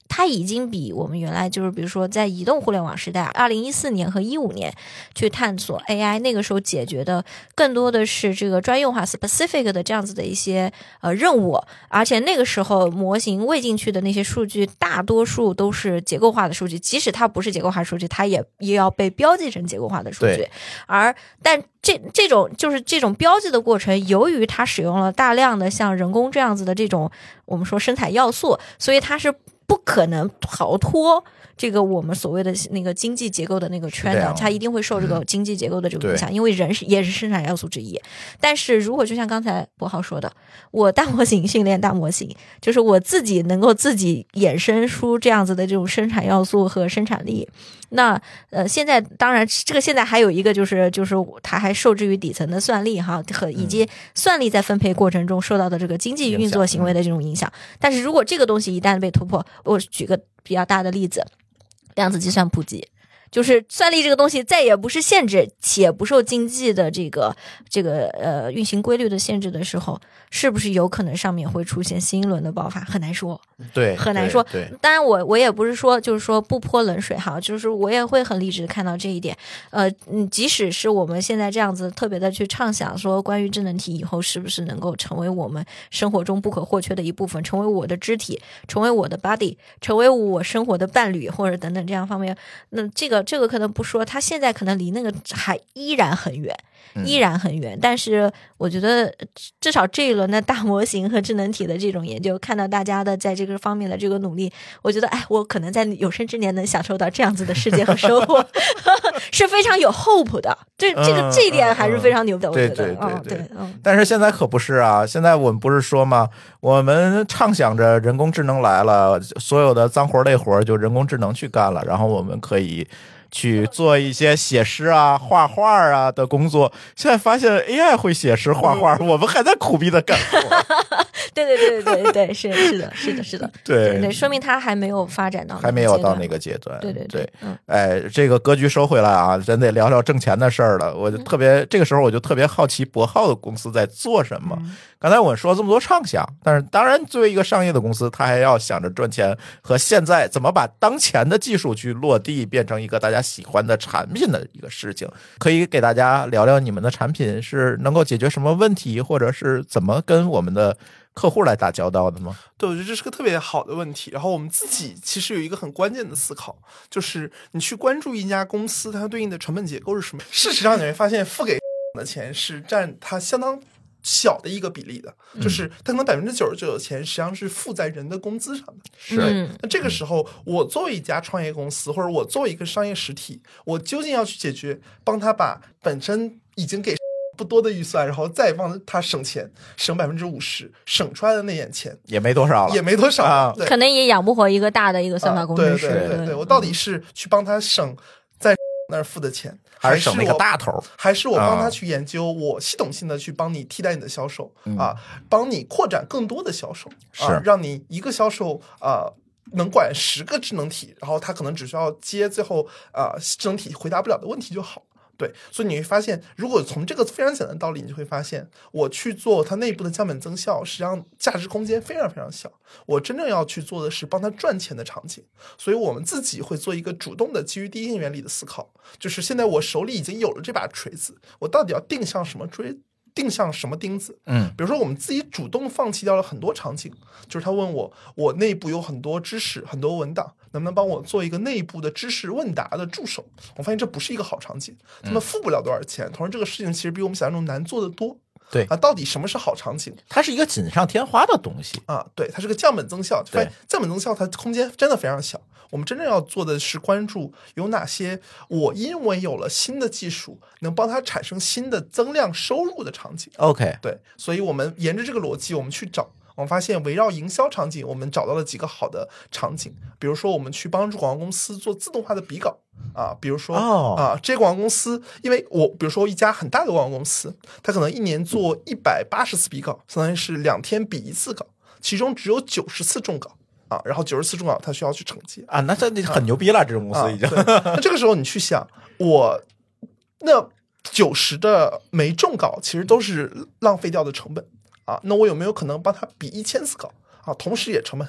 它已经比我们原来就是比如说在移动互联网时代，二零一四年和一五年去探索 A I， 那个时候解决的更多的是这个专用化 specific 的这样子的一些呃任务，而且那个时候模型喂进去的那些数据，大多数都是结构化的数据，即使它不是结构化数据，它也也要被标记成结构化的数据。而但这这种就是这种标记的过程，由于它使用了大量的像人工这样子的这种我们说生产要素，所以它是不可能逃脱这个我们所谓的那个经济结构的那个圈的，它一定会受这个经济结构的这个影响，嗯、因为人是也是生产要素之一。但是如果就像刚才博浩说的，我大模型训练大模型，就是我自己能够自己衍生出这样子的这种生产要素和生产力。那呃，现在当然这个现在还有一个就是就是它还受制于底层的算力哈，和以及算力在分配过程中受到的这个经济运作行为的这种影响。嗯、但是如果这个东西一旦被突破，我举个比较大的例子。量子计算普及，就是算力这个东西再也不是限制且不受经济的这个这个呃运行规律的限制的时候，是不是有可能上面会出现新一轮的爆发？很难说， 对， 很难说。 对，对当然我我也不是说就是说不泼冷水哈，就是我也会很理智的看到这一点。呃，嗯，即使是我们现在这样子特别的去畅想说关于智能体以后是不是能够成为我们生活中不可或缺的一部分，成为我的肢体，成为我的 body， 成为我生活的伴侣或者等等这样方面，那这个这个可能不说，它现在可能离那个还依然很远。依然很远，但是我觉得至少这一轮的大模型和智能体的这种研究，看到大家的在这个方面的这个努力，我觉得哎，我可能在有生之年能享受到这样子的世界和收获，是非常有 hope 的。这这个这一点还是非常牛的， 嗯、 我觉得。 对对对对对，嗯。 但是现在可不是啊，现在我们不是说吗？我们畅想着人工智能来了，所有的脏活累活就人工智能去干了，然后我们可以去做一些写诗啊、画画啊的工作。现在发现 A I 会写诗画画，我们还在苦逼的干活。 对对对对对对，是是的，是的，是的， 对对, 对，说明它还没有发展到， 还没有到那个阶段。 对对对， 嗯， 哎，这个格局收回来啊，咱得聊聊挣钱的事儿了。我就特别、嗯、这个时候我就特别好奇博浩的公司在做什么。嗯、刚才我们说这么多畅想，但是当然作为一个商业的公司，它还要想着赚钱和现在怎么把当前的技术去落地，变成一个大家喜欢的产品的一个事情。可以给大家聊聊你们的产品是能够解决什么问题，或者是怎么跟我们的客户来打交道的吗？ 对，我觉得这是个特别好的问题。然后我们自己其实有一个很关键的思考，就是你去关注一家公司它对应的成本结构是什么。事实上你会发现付给的钱是占它相当小的一个比例的，就是它可能百分之九十九的钱实际上是付在人的工资上的。 是， 那这个时候我作为一家创业公司，或者我作为一个商业实体，我究竟要去解决帮他把本身已经给不多的预算，然后再帮他省钱，省百分之五十，省出来的那点钱也没多少了， 也没多少， 啊、 可能也养不活一个大的一个算法工程师。 啊、对对对 对, 对，我到底是去帮他省在那儿付的钱， 还是省那个大头， 还是我帮他去研究，我系统性的去帮你替代你的销售、嗯、啊，帮你扩展更多的销售，啊， 是让你一个销售啊。能管十个智能体，然后他可能只需要接最后啊、呃、智能体回答不了的问题就好。对，所以你会发现，如果从这个非常简单的道理，你就会发现，我去做它内部的降本增效，实际上价值空间非常非常小。我真正要去做的是帮他赚钱的场景，所以我们自己会做一个主动的基于第一性原理的思考，就是现在我手里已经有了这把锤子，我到底要定向什么锥？定向什么钉子？ 嗯， 比如说我们自己主动放弃掉了很多场景，就是他问我，我内部有很多知识、很多文档，能不能帮我做一个内部的知识问答的助手？我发现这不是一个好场景，他们付不了多少钱，同时这个事情其实比我们想象中难做得多。 对啊，到底什么是好场景？ 它是一个锦上添花的东西啊，对，它是个降本增效。对，降本增效它空间真的非常小。我们真正要做的是关注有哪些我因为有了新的技术能帮它产生新的增量收入的场景。 OK， 对，所以我们沿着这个逻辑我们去找，我们发现围绕营销场景我们找到了几个好的场景，比如说我们去帮助广告公司做自动化的比稿啊，比如说、oh. 啊，这个广告公司，因为我比如说一家很大的广告公司，它可能一年做一百八十次比稿，相当于是两天比一次稿，其中只有九十次中稿。啊，然后九十次中稿，他需要去惩戒啊，那这很牛逼了，啊、这种公司已经。 啊、那这个时候你去想，我那九十的没中稿，其实都是浪费掉的成本啊。那我有没有可能帮他比一千次稿啊？同时也成本很低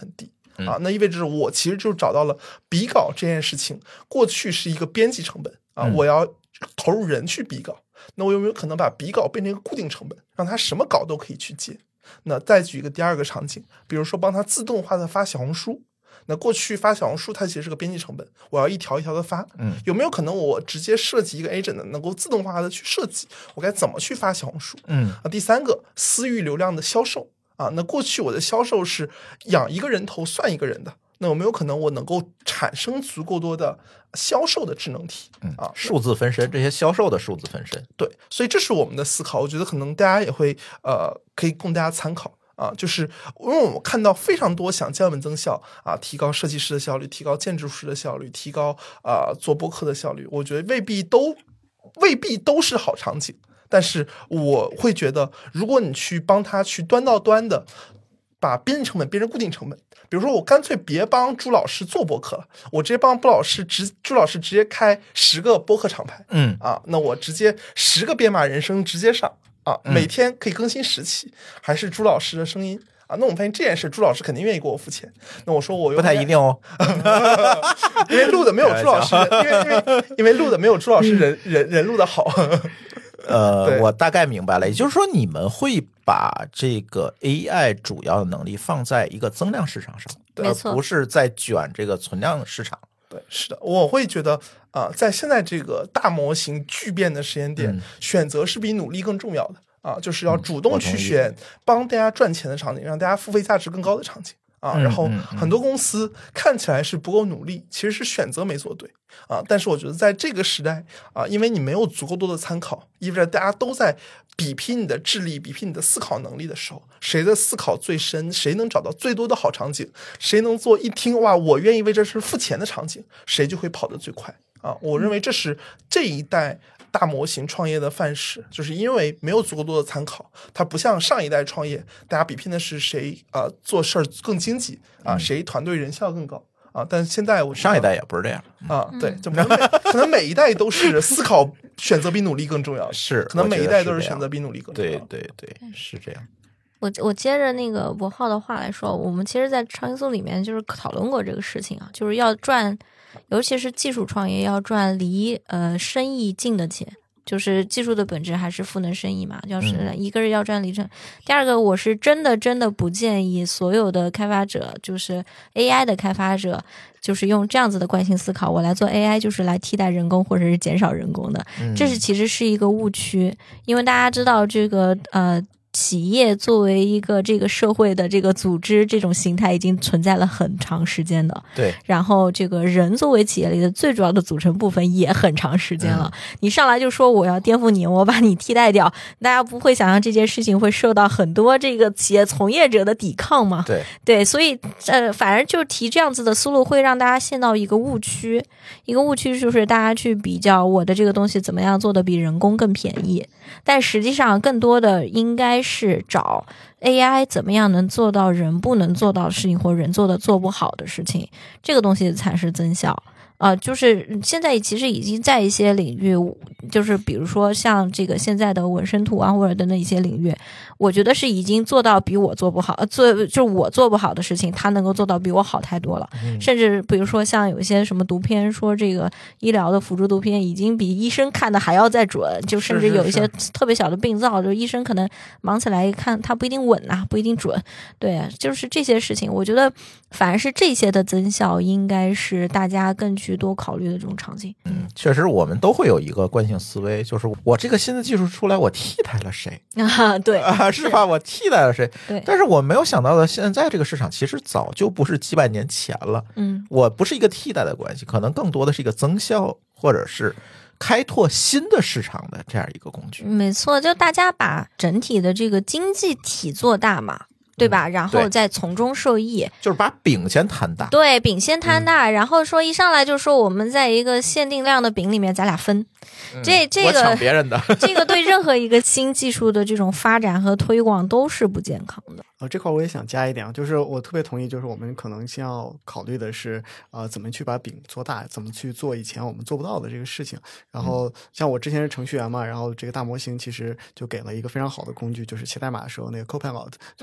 嗯、 啊，那意味着我其实就找到了比稿这件事情，过去是一个编辑成本啊， 嗯、 我要投入人去比稿，那我有没有可能把比稿变成一个固定成本，让它什么稿都可以去接？那再举一个第二个场景，比如说帮它自动化的发小红书。那过去发小红书它其实是个编辑成本，我要一条一条的发， 嗯， 有没有可能我直接设计一个 agent 能够自动化的去设计我该怎么去发小红书？ 嗯， 啊，第三个私域流量的销售啊，那过去我的销售是养一个人头算一个人的，那有没有可能我能够产生足够多的销售的智能体？ 嗯啊， 数字分身，这些销售的数字分身， 对，所以这是我们的思考，我觉得可能大家也会呃可以供大家参考。啊，就是因为我们看到非常多想降本增效啊，提高设计师的效率，提高建筑师的效率，提高啊、呃、做播客的效率，我觉得未必都未必都是好场景。但是我会觉得，如果你去帮他去端到端的把编辑成本变成固定成本，比如说我干脆别帮朱老师做播客了，我直接帮朱老师直朱老师直接开十个播客厂牌， 嗯啊，那我直接十个编码人生直接上。啊，每天可以更新十期，还是朱老师的声音啊？那我们发现这件事，朱老师肯定愿意给我付钱。那我说我不太一定哦， 因为录的没有朱老师，因为因为因为录的没有朱老师人人人录的好。 呃，我大概明白了，也就是说，你们会把这个 A I 主要的能力放在一个增量市场上，而不是在卷这个存量市场。 对，是的，我会觉得啊、呃，在现在这个大模型巨变的时间点， 嗯、 选择是比努力更重要的啊，就是要主动去选帮大家赚钱的场景，让大家付费价值更高的场景啊。 嗯、 然后嗯、 很多公司看起来是不够努力，其实是选择没做对啊。但是我觉得在这个时代啊，因为你没有足够多的参考，意味着大家都在比拼你的智力，比拼你的思考能力的时候，谁的思考最深，谁能找到最多的好场景，谁能做一听哇我愿意为这事付钱的场景，谁就会跑得最快啊！我认为这是这一代大模型创业的范式，就是因为没有足够多的参考，它不像上一代创业，大家比拼的是谁啊、呃、做事儿更经济啊，谁团队人效更高啊。但现在我上一代也不是这样啊，对，就可能每可能每一代都是思考选择比努力更重要， 是可能每一代都是选择比努力更重要， 对对对，是这样。 我我接着那个博浩的话来说，我们其实，在创业组里面就是讨论过这个事情啊，就是要赚，尤其是技术创业要赚离呃生意近的钱。就是技术的本质还是赋能生意嘛，就是一个是要赚里程、嗯、第二个我是真的真的不建议所有的开发者，就是 A I 的开发者，就是用这样子的惯性思考，我来做 A I 就是来替代人工或者是减少人工的、嗯、这是其实是一个误区。因为大家知道这个呃企业作为一个这个社会的这个组织，这种形态已经存在了很长时间的。 对。 然后这个人作为企业里的最主要的组成部分也很长时间了。嗯、你上来就说我要颠覆你，我把你替代掉，大家不会想象这件事情会受到很多这个企业从业者的抵抗吗？ 对对，所以呃，反而就提这样子的思路会让大家陷到一个误区，一个误区就是大家去比较我的这个东西怎么样做的比人工更便宜，但实际上更多的应该是找 A I 怎么样能做到人不能做到的事情，或人做的做不好的事情，这个东西才是增效。呃，就是现在其实已经在一些领域，就是比如说像这个现在的纹身图啊，或者等等一些领域，我觉得是已经做到比我做不好，呃，做就是我做不好的事情，他能够做到比我好太多了。嗯、甚至比如说像有一些什么读片，说这个医疗的辅助读片已经比医生看的还要再准，就甚至有一些特别小的病灶，就医生可能忙起来一看，他不一定稳啊，不一定准。对，就是这些事情，我觉得反而是这些的增效，应该是大家更去多考虑的这种场景。 嗯，确实我们都会有一个惯性思维，就是我这个新的技术出来，我替代了谁啊？对啊，是吧？我替代了谁？ 对。 但是我没有想到的，现在这个市场其实早就不是几百年前了。 嗯， 我不是一个替代的关系，可能更多的是一个增效，或者是开拓新的市场的这样一个工具。 没错，就大家把整体的这个经济体做大嘛。对吧？然后再从中受益， 就是把饼先摊大。 对，饼先摊大，嗯、然后说一上来就说我们在一个限定量的饼里面，咱俩分。 嗯、 这这个我抢别人的， 这个对任何一个新技术的这种发展和推广都是不健康的。 呃，这块我也想加一点啊，就是我特别同意，就是我们可能先要考虑的是，呃，怎么去把饼做大，怎么去做以前我们做不到的这个事情。然后，像我之前是程序员嘛，然后这个大模型其实就给了一个非常好的工具，就是写代码的时候那个 Copilot，就 GitHub 上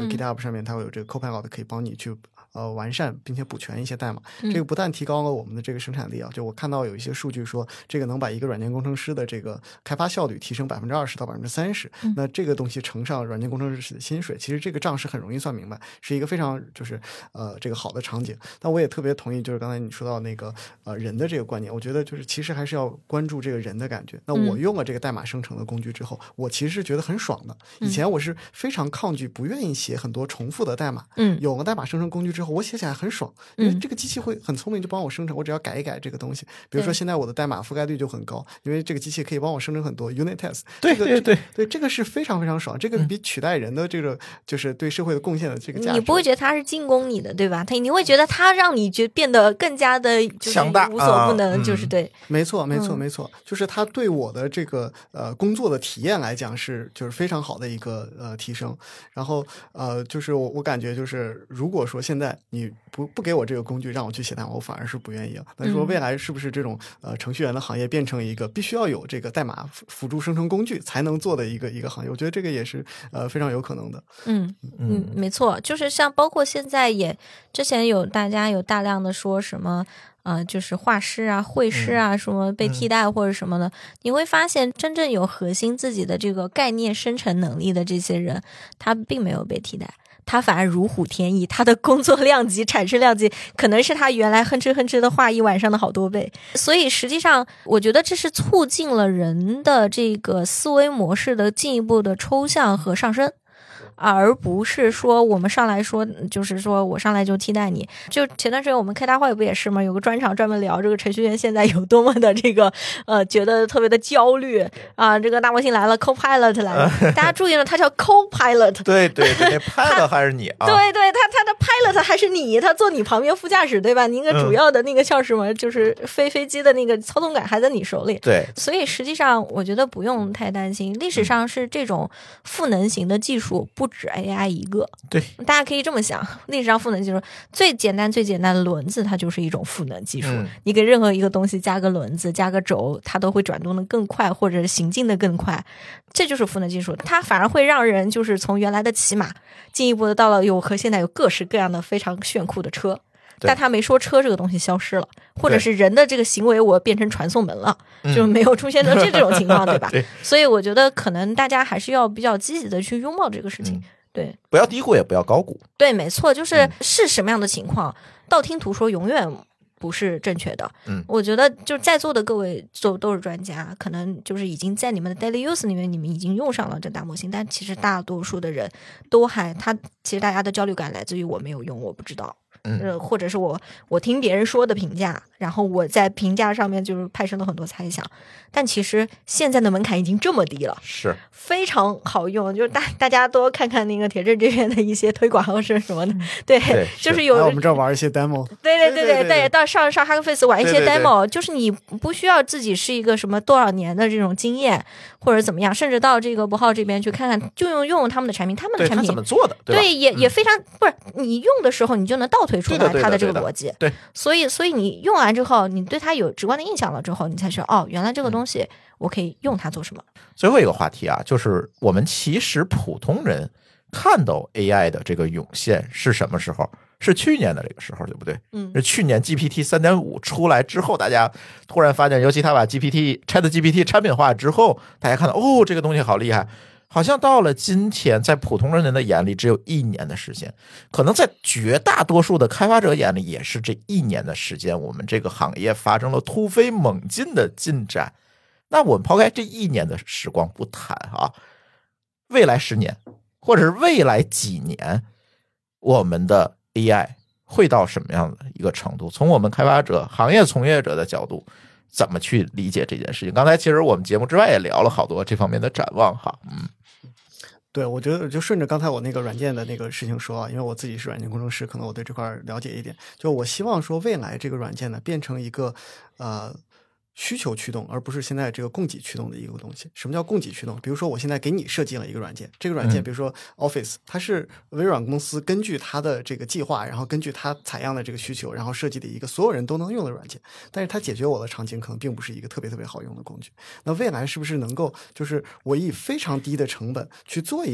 上面它会有这个 Copilot 可以帮你去呃完善并且补全一些代码， 嗯这个不但提高了我们的这个生产力啊，就我看到有一些数据说这个能把一个软件工程师的这个开发效率提升百分之二十到百分之三十，那这个东西乘上软件工程师的薪水，其实这个账是很容易算明白，是一个非常就是呃这个好的场景。但我也特别同意，就是刚才你说到那个呃人的这个观念，我觉得就是其实还是要关注这个人的感觉。那我用了这个代码生成的工具之后，我其实是觉得很爽的。以前我是非常抗拒，不愿意写很多重复的代码。 嗯， 有了代码生成工具之后，我写起来很爽，因为这个机器会很聪明，就帮我生成，我只要改一改这个东西。比如说现在我的代码覆盖率就很高，因为这个机器可以帮我生成很多 unit test。 对这个、 对对对，这个是非常非常爽，这个比取代人的这个就是对社会的贡献的这个价值。 你不会觉得它是进攻你的，对吧？他你会觉得它让你觉变得更加的就是强大无所不能， 啊嗯就是对。 没错，没错， 嗯没错，就是它对我的这个呃工作的体验来讲是就是非常好的一个呃提升。然后呃，就是我我感觉就是如果说现在你不不给我这个工具让我去写代码，我反而是不愿意了。那说未来是不是这种呃程序员的行业变成一个必须要有这个代码辅辅助生成工具才能做的一个一个行业？我觉得这个也是呃非常有可能的。 嗯嗯，没错，就是像包括现在也之前有大家有大量的说什么。呃，就是画师啊、绘师啊，什么被替代或者什么的，嗯、你会发现真正有核心自己的这个概念生成能力的这些人，他并没有被替代，他反而如虎添翼，他的工作量级、产生量级可能是他原来哼哧哼哧的画一晚上的好多倍。所以实际上，我觉得这是促进了人的这个思维模式的进一步的抽象和上升。而不是说我们上来说，就是说我上来就替代你。就前段时间我们开大会不也是吗？有个专场专门聊这个程序员现在有多么的这个呃，觉得特别的焦虑啊。这个大模型来了 ，Copilot 来了，大家注意了，它叫 Copilot。 对对对，那 Pilot 还是你啊？ 对对，他他的 Pilot 还是你，他坐你旁边副驾驶，对吧？你那个主要的那个叫什么，嗯、就是飞飞机的那个操纵感还在你手里。 对， 所以实际上我觉得不用太担心，历史上是这种赋能型的技术不止 A I 一个。 对， 大家可以这么想，历史上赋能技术最简单最简单的轮子，它就是一种赋能技术。嗯、你给任何一个东西加个轮子、加个轴，它都会转动的更快，或者是行进的更快，这就是赋能技术。它反而会让人就是从原来的骑马，进一步的到了有和现在有各式各样的非常炫酷的车。但他没说车这个东西消失了，或者是人的这个行为我变成传送门了，就没有出现到这这种情况，对吧？ 对， 所以我觉得可能大家还是要比较积极的去拥抱这个事情。嗯、对， 不要低估也不要高估。 对，没错，就是是什么样的情况，道听途说永远不是正确的。 嗯， 我觉得就在座的各位都都是专家，可能就是已经在你们的 daily use 里面，你们已经用上了这大模型，但其实大多数的人都还，他其实大家的焦虑感来自于我没有用，我不知道。呃，或者是我我听别人说的评价，然后我在评价上面就是派生了很多猜想，但其实现在的门槛已经这么低了， 是非常好用，就是大大家多看看那个铁证这边的一些推广或是什么的，对， 对就是有我们这儿玩一些 demo， 对对对对对对， 到上上 Hackface 玩一些 demo， 对对对， 就是你不需要自己是一个什么多少年的这种经验或者怎么样，甚至到这个博浩这边去看看，就用用他们的产品，他们的产品怎么做的，对吧？ 对，也也非常、嗯、不是你用的时候，你就能倒推出来它的这个逻辑。 对， 所以所以你用完之后，你对它有直观的印象了之后，你才说哦，原来这个东西我可以用它做什么。 最后一个话题啊，就是我们其实普通人看到 A I 的这个涌现是什么时候？是去年的这个时候，对不对？ 嗯， 是去年 G P T 三点五 出来之后，大家突然发现，尤其他把 G P T Chat G P T 产品化之后，大家看到哦，这个东西好厉害。好像到了今天，在普通人的眼里只有一年的时间，可能在绝大多数的开发者眼里也是这一年的时间，我们这个行业发生了突飞猛进的进展。那我们抛开这一年的时光不谈啊，未来十年或者是未来几年，我们的 A I 会到什么样的一个程度？从我们开发者、行业从业者的角度，怎么去理解这件事情？刚才其实我们节目之外也聊了好多这方面的展望哈，嗯。 对，我觉得就顺着刚才我那个软件的那个事情说啊，因为我自己是软件工程师，可能我对这块了解一点。就我希望说未来这个软件呢变成一个呃需求驱动，而不是现在这个供给驱动的一个东西。什么叫供给驱动？比如说我现在给你设计了一个软件，这个软件比如说 Office， 它是微软公司根据它的这个计划，然后根据它采样的这个需求，然后设计的一个所有人都能用的软件。但是它解决我的场景可能并不是一个特别特别好用的工具。那未来是不是能够就是我以非常低的成本去做一个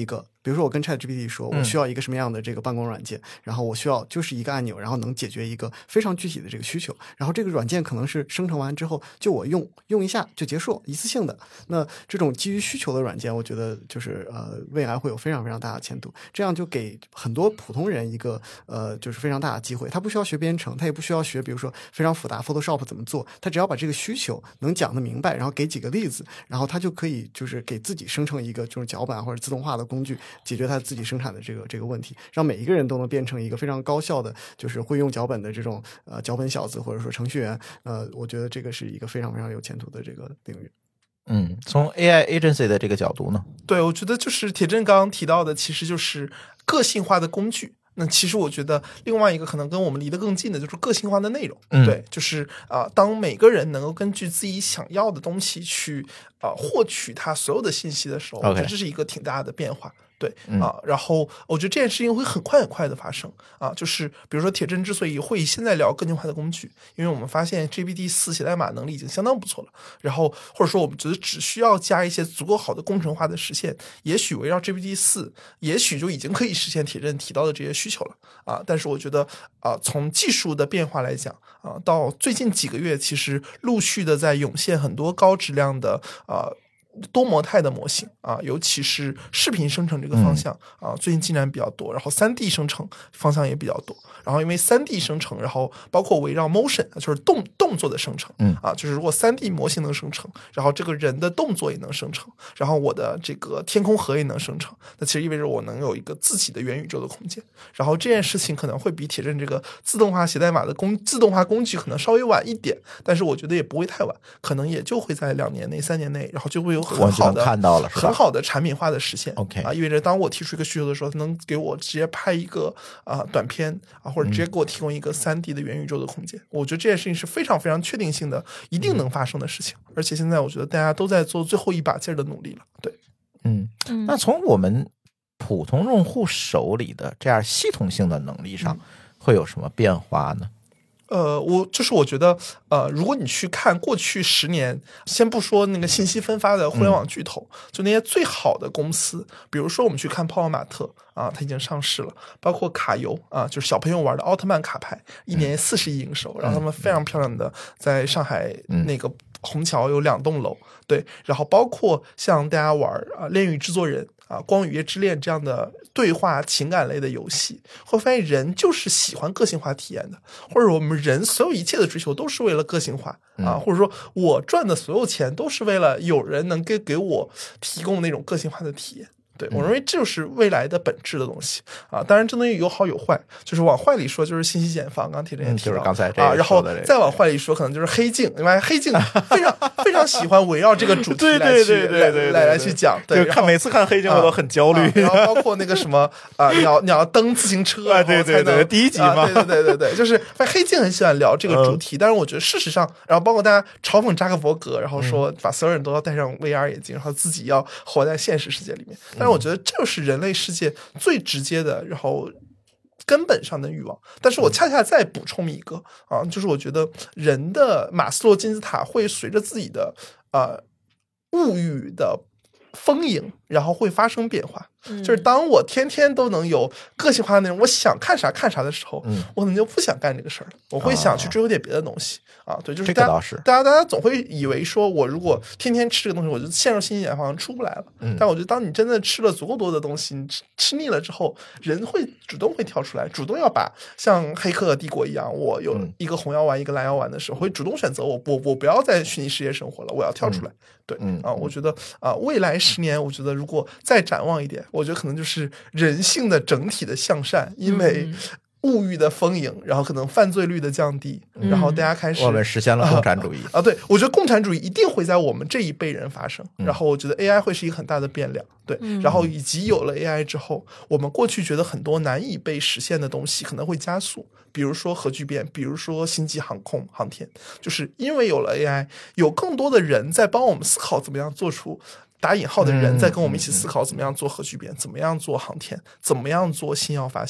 比如说我跟 ChatGPT 说嗯我需要一个什么样的这个办公软件，然后我需要就是一个按钮，然后能解决一个非常具体的这个需求，然后这个软件可能是生成完之后就我用用一下就结束，一次性的。那这种基于需求的软件，我觉得就是呃未来会有非常非常大的前途，这样就给很多普通人一个呃就是非常大的机会，他不需要学编程，他也不需要学比如说非常复杂 Photoshop 怎么做，他只要把这个需求能讲得明白，然后给几个例子，然后他就可以就是给自己生成一个就是脚本或者自动化的工具，解决他自己生产的这个这个问题，让每一个人都能变成一个非常高效的就是会用脚本的这种呃脚本小子或者说程序员。呃我觉得这个是一个非常非常有前途的这个领域。 嗯，从 A I agency 的这个角度呢？ 对，我觉得就是铁铮刚刚提到的，其实就是个性化的工具。那其实我觉得另外一个可能跟我们离得更近的就是个性化的内容。 嗯、 对，就是啊、呃，当每个人能够根据自己想要的东西去啊、呃、获取他所有的信息的时候， okay. 我觉得这是一个挺大的变化。对嗯啊，然后我觉得这件事情会很快很快的发生啊，就是比如说铁铮之所以会现在聊个性化的工具，因为我们发现 G P T 四 写代码能力已经相当不错了，然后或者说我们觉得只需要加一些足够好的工程化的实现，也许围绕 G P T 四 也许就已经可以实现铁铮提到的这些需求了啊。但是我觉得啊，从技术的变化来讲啊，到最近几个月其实陆续的在涌现很多高质量的啊多模态的模型啊，尤其是视频生成这个方向、嗯、啊，最近进展比较多，然后 三 D 生成方向也比较多，然后因为 三 D 生成，然后包括围绕 motion 就是动动作的生成， 嗯啊，就是如果 三 D 模型能生成，然后这个人的动作也能生成，然后我的这个天空盒也能生成，那其实意味着我能有一个自己的元宇宙的空间，然后这件事情可能会比铁铮这个自动化写代码的工自动化工具可能稍微晚一点，但是我觉得也不会太晚，可能也就会在两年内三年内，然后就会有很好的看到了是吧， 很好的产品化的实现。 OK 啊，意味着当我提出一个需求的时候，它能给我直接拍一个啊短片啊，或者直接给我提供一个 三 D 的元宇宙的空间、嗯、我觉得这件事情是非常非常确定性的，一定能发生的事情、嗯、而且现在我觉得大家都在做最后一把劲儿的努力了。对， 嗯，那从我们普通用户手里的这样系统性的能力上、嗯、会有什么变化呢？ 呃，我就是我觉得，呃，如果你去看过去十年，先不说那个信息分发的互联网巨头，嗯、就那些最好的公司，比如说我们去看泡泡玛特啊，它已经上市了，包括卡游啊，就是小朋友玩的奥特曼卡牌，一年四十亿营收，嗯、然后他们非常漂亮的在上海那个虹桥有两栋楼，对，然后包括像大家玩啊，恋与制作人。啊，光与夜之恋这样的对话情感类的游戏，会发现人就是喜欢个性化体验的，或者我们人所有一切的追求都是为了个性化啊，或者说我赚的所有钱都是为了有人能给给我提供那种个性化的体验。对，我认为这就是未来的本质的东西啊！当然，这东西有好有坏，就是往坏里说就是信息茧房，刚刚铁铮也提到， 就是刚才这啊，然后再往坏里说，可能就是黑镜，因为黑镜非常非常喜欢围绕这个主题来去来来来去讲。对， 看每次看黑镜我都很焦虑。 然后包括那个什么啊，你要你要蹬自行车， 对对对，第一集嘛， 对对对对对，就是黑镜很喜欢聊这个主题，但是我觉得事实上，然后包括大家嘲讽扎克伯格，然后说把所有人都要戴上 V R 眼镜，然后自己要活在现实世界里面，但是我觉得这就是人类世界最直接的，然后根本上的欲望。但是我恰恰再补充一个啊，就是我觉得人的马斯洛金字塔会随着自己的呃物欲的丰盈，然后会发生变化。 嗯、 就是当我天天都能有个性化的内容，我想看啥看啥的时候， 嗯、 我可能就不想干这个事儿了，我会想去追求点别的东西、哦、啊。对，就是大家、 这个倒是大家大家总会以为说我如果天天吃这个东西，我就陷入信息茧房出不来了。 嗯、 但我觉得当你真的吃了足够多的东西，你吃吃腻了之后，人会主动会跳出来，主动要把像黑客帝国一样，我有一个红药丸一个蓝药丸的时候，会主动选择我我我不要在虚拟世界生活了，我要跳出来。嗯、对， 嗯啊，我觉得啊，未来十年，我觉得如果再展望一点，我觉得可能就是人性的整体的向善，因为物欲的丰盈，然后可能犯罪率的降低，嗯、然后大家开始我们实现了共产主义啊, 啊！对，我觉得共产主义一定会在我们这一辈人发生， 嗯、 然后我觉得 A I 会是一个很大的变量，对， 嗯、 然后以及有了 A I 之后，我们过去觉得很多难以被实现的东西可能会加速，比如说核聚变，比如说星际航空航天，就是因为有了 A I， 有更多的人在帮我们思考怎么样做出。打引号的人在跟我们一起思考怎么样做核聚变，怎么样做航天，怎么样做新药发现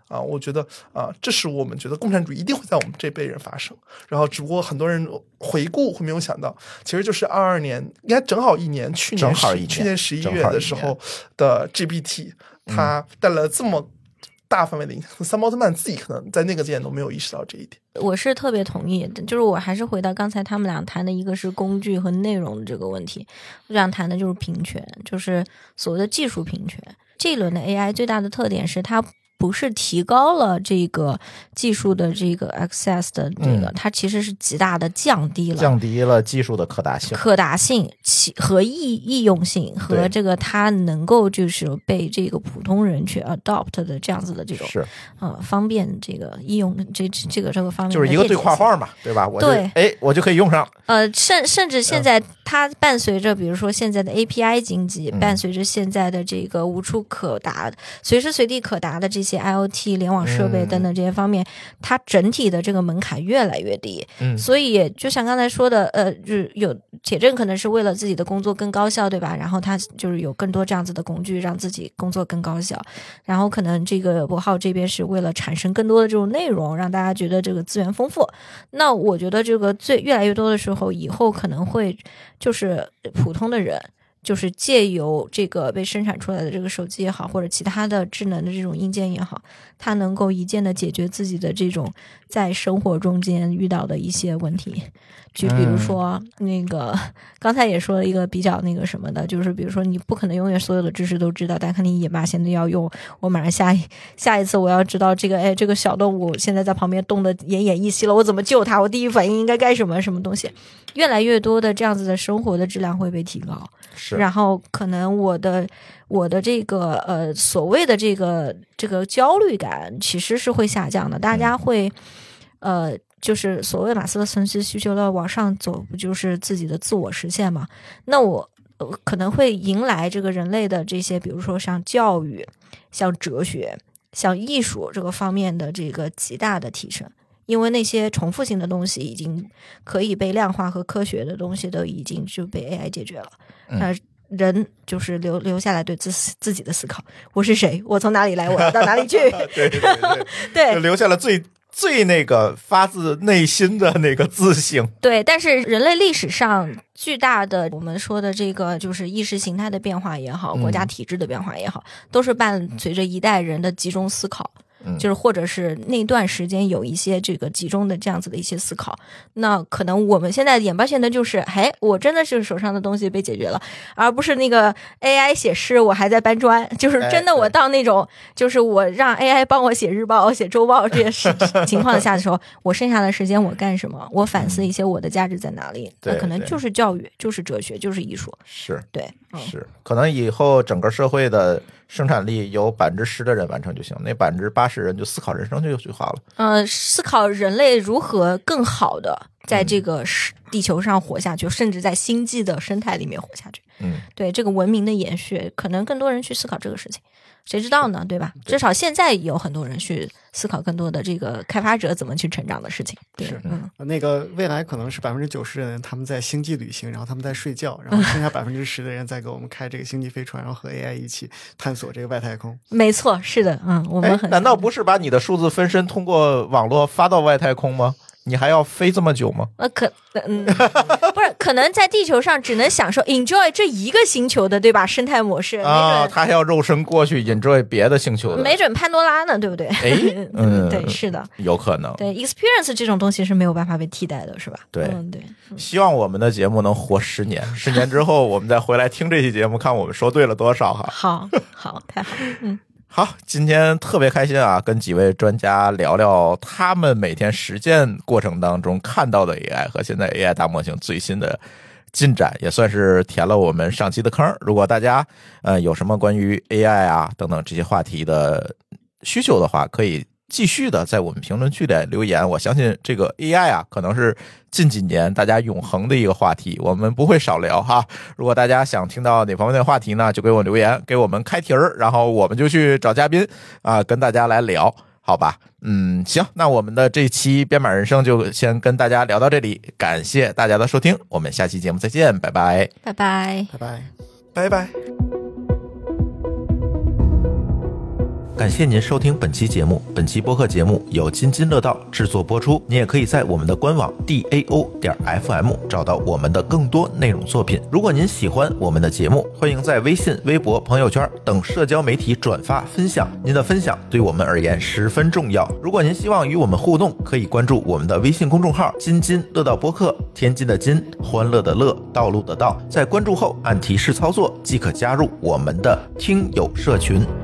啊，我觉得啊，这是我们觉得共产主义一定会在我们这辈人发生，然后只不过很多人回顾会没有想到，其实就是二二年，应该正好一年，去年正好一年去年十一月的时候的 G P T， 它带来了这么大范围的影响，三毛特曼自己可能在那个阶段都没有意识到这一点。 我是特别同意的，就是我还是回到刚才他们俩谈的，一个是工具和内容的这个问题，我想谈的就是平权，就是所谓的技术平权。这一轮的 A I 最大的特点是它不是提高了这个技术的这个 access 的这个，嗯、它其实是极大的降低了， 降低了技术的可达性、 可达性和易易用性和这个它能够就是被这个普通人去 adopt 的这样子的这种是呃方便这个易用这这个这个方面就是一个对画画嘛，对吧？我对， 哎，我就可以用上。 呃，甚甚至现在它伴随着比如说现在的 A P I 经济， 嗯、 伴随着现在的这个无处可达、随时随地可达的这些 I O T 联网设备等等这些方面，嗯、它整体的这个门槛越来越低。 嗯， 所以就像刚才说的，呃，就是有铁证可能是为了自己的工作更高效，对吧？然后他就是有更多这样子的工具，让自己工作更高效。然后可能这个博浩这边是为了产生更多的这种内容，让大家觉得这个资源丰富。那我觉得这个最越来越多的时候，以后可能会就是普通的人。就是借由这个被生产出来的这个手机也好，或者其他的智能的这种硬件也好，它能够一键的解决自己的这种在生活中间遇到的一些问题。就比如说、嗯、那个刚才也说了一个比较那个什么的，就是比如说你不可能永远所有的知识都知道，但肯定也把现在要用，我马上下一下一次我要知道这个哎这个小动物现在在旁边冻得奄奄一息了，我怎么救它？我第一反应应该干什么什么东西？越来越多的这样子的生活的质量会被提高， 是， 然后可能我的我的这个呃所谓的这个这个焦虑感其实是会下降的，大家会、嗯、呃。就是所谓马斯克层次需求的往上走，不就是自己的自我实现嘛？那我、呃、可能会迎来这个人类的这些，比如说像教育、像哲学、像艺术这个方面的这个极大的提升，因为那些重复性的东西已经可以被量化和科学的东西都已经就被 A I 解决了。那、嗯、人就是留留下来对自自己的思考：我是谁？我从哪里来？我要到哪里去？ 对对对，对就留下了最。最那个发自内心的那个自省。 对，但是人类历史上巨大的我们说的这个就是意识形态的变化也好，国家体制的变化也好，嗯、都是伴随着一代人的集中思考。 嗯、 就是或者是那段时间有一些这个集中的这样子的一些思考，那可能我们现在眼巴现的就是嘿，我真的是手上的东西被解决了，而不是那个 A I 写诗我还在搬砖，就是真的我到那种、哎、就是我让 A I 帮我写日报写周报这些情况下的时候，我剩下的时间我干什么？我反思一些我的价值在哪里、嗯、那可能就是教育，就是哲学，就是艺术。 是， 对、嗯、 是，可能以后整个社会的生产力由百分之十的人完成就行，那百分之八十人就思考人生就就好了。 呃，思考人类如何更好的在这个地球上活下去、嗯、甚至在星际的生态里面活下去。 嗯， 对这个文明的延续，可能更多人去思考这个事情。谁知道呢，对吧？至少现在有很多人去思考更多的这个开发者怎么去成长的事情。对， 是， 嗯， 那个未来可能是百分之九十的人他们在星际旅行，然后他们在睡觉，然后剩下百分之十的人在给我们开这个星际飞船，然后和 A I 一起探索这个外太空。 没错，是的，嗯，我们很。 难道不是把你的数字分身通过网络发到外太空吗？你还要飞这么久吗？ 呃，可嗯，不是，可能在地球上只能享受 enjoy 这一个星球的，对吧？生态模式啊，他还要肉身过去 enjoy 别的星球的， 没准潘多拉呢，对不对？ 哎，嗯， 对，是的， 有可能。 对 ，experience 这种东西是没有办法被替代的，是吧？ 对， 嗯，对。 嗯、希望我们的节目能活十年，十年之后我们再回来听这期节目，看我们说对了多少哈。 好，好，太好，嗯。 好，今天特别开心啊，跟几位专家聊聊他们每天实践过程当中看到的 A I 和现在 A I 大模型最新的进展，也算是填了我们上期的坑。如果大家呃有什么关于 A I 啊等等这些话题的需求的话，可以继续的在我们评论区里留言。我相信这个 A I 啊可能是近几年大家永恒的一个话题，我们不会少聊哈。如果大家想听到哪方面的话题呢，就给我留言，给我们开题儿，然后我们就去找嘉宾啊、呃，跟大家来聊，好吧？嗯，行，那我们的这期编码人生就先跟大家聊到这里，感谢大家的收听，我们下期节目再见，拜拜， 拜拜， 拜拜， 拜拜。 感谢您收听本期节目。本期播客节目由津津乐道制作播出。你也可以在我们的官网 D A O 点 F M 找到我们的更多内容作品。如果您喜欢我们的节目，欢迎在微信、微博、朋友圈等社交媒体转发分享。您的分享对我们而言十分重要。如果您希望与我们互动，可以关注我们的微信公众号津津乐道播客，天津的津，欢乐的乐，道路的道。在关注后按提示操作即可加入我们的听友社群。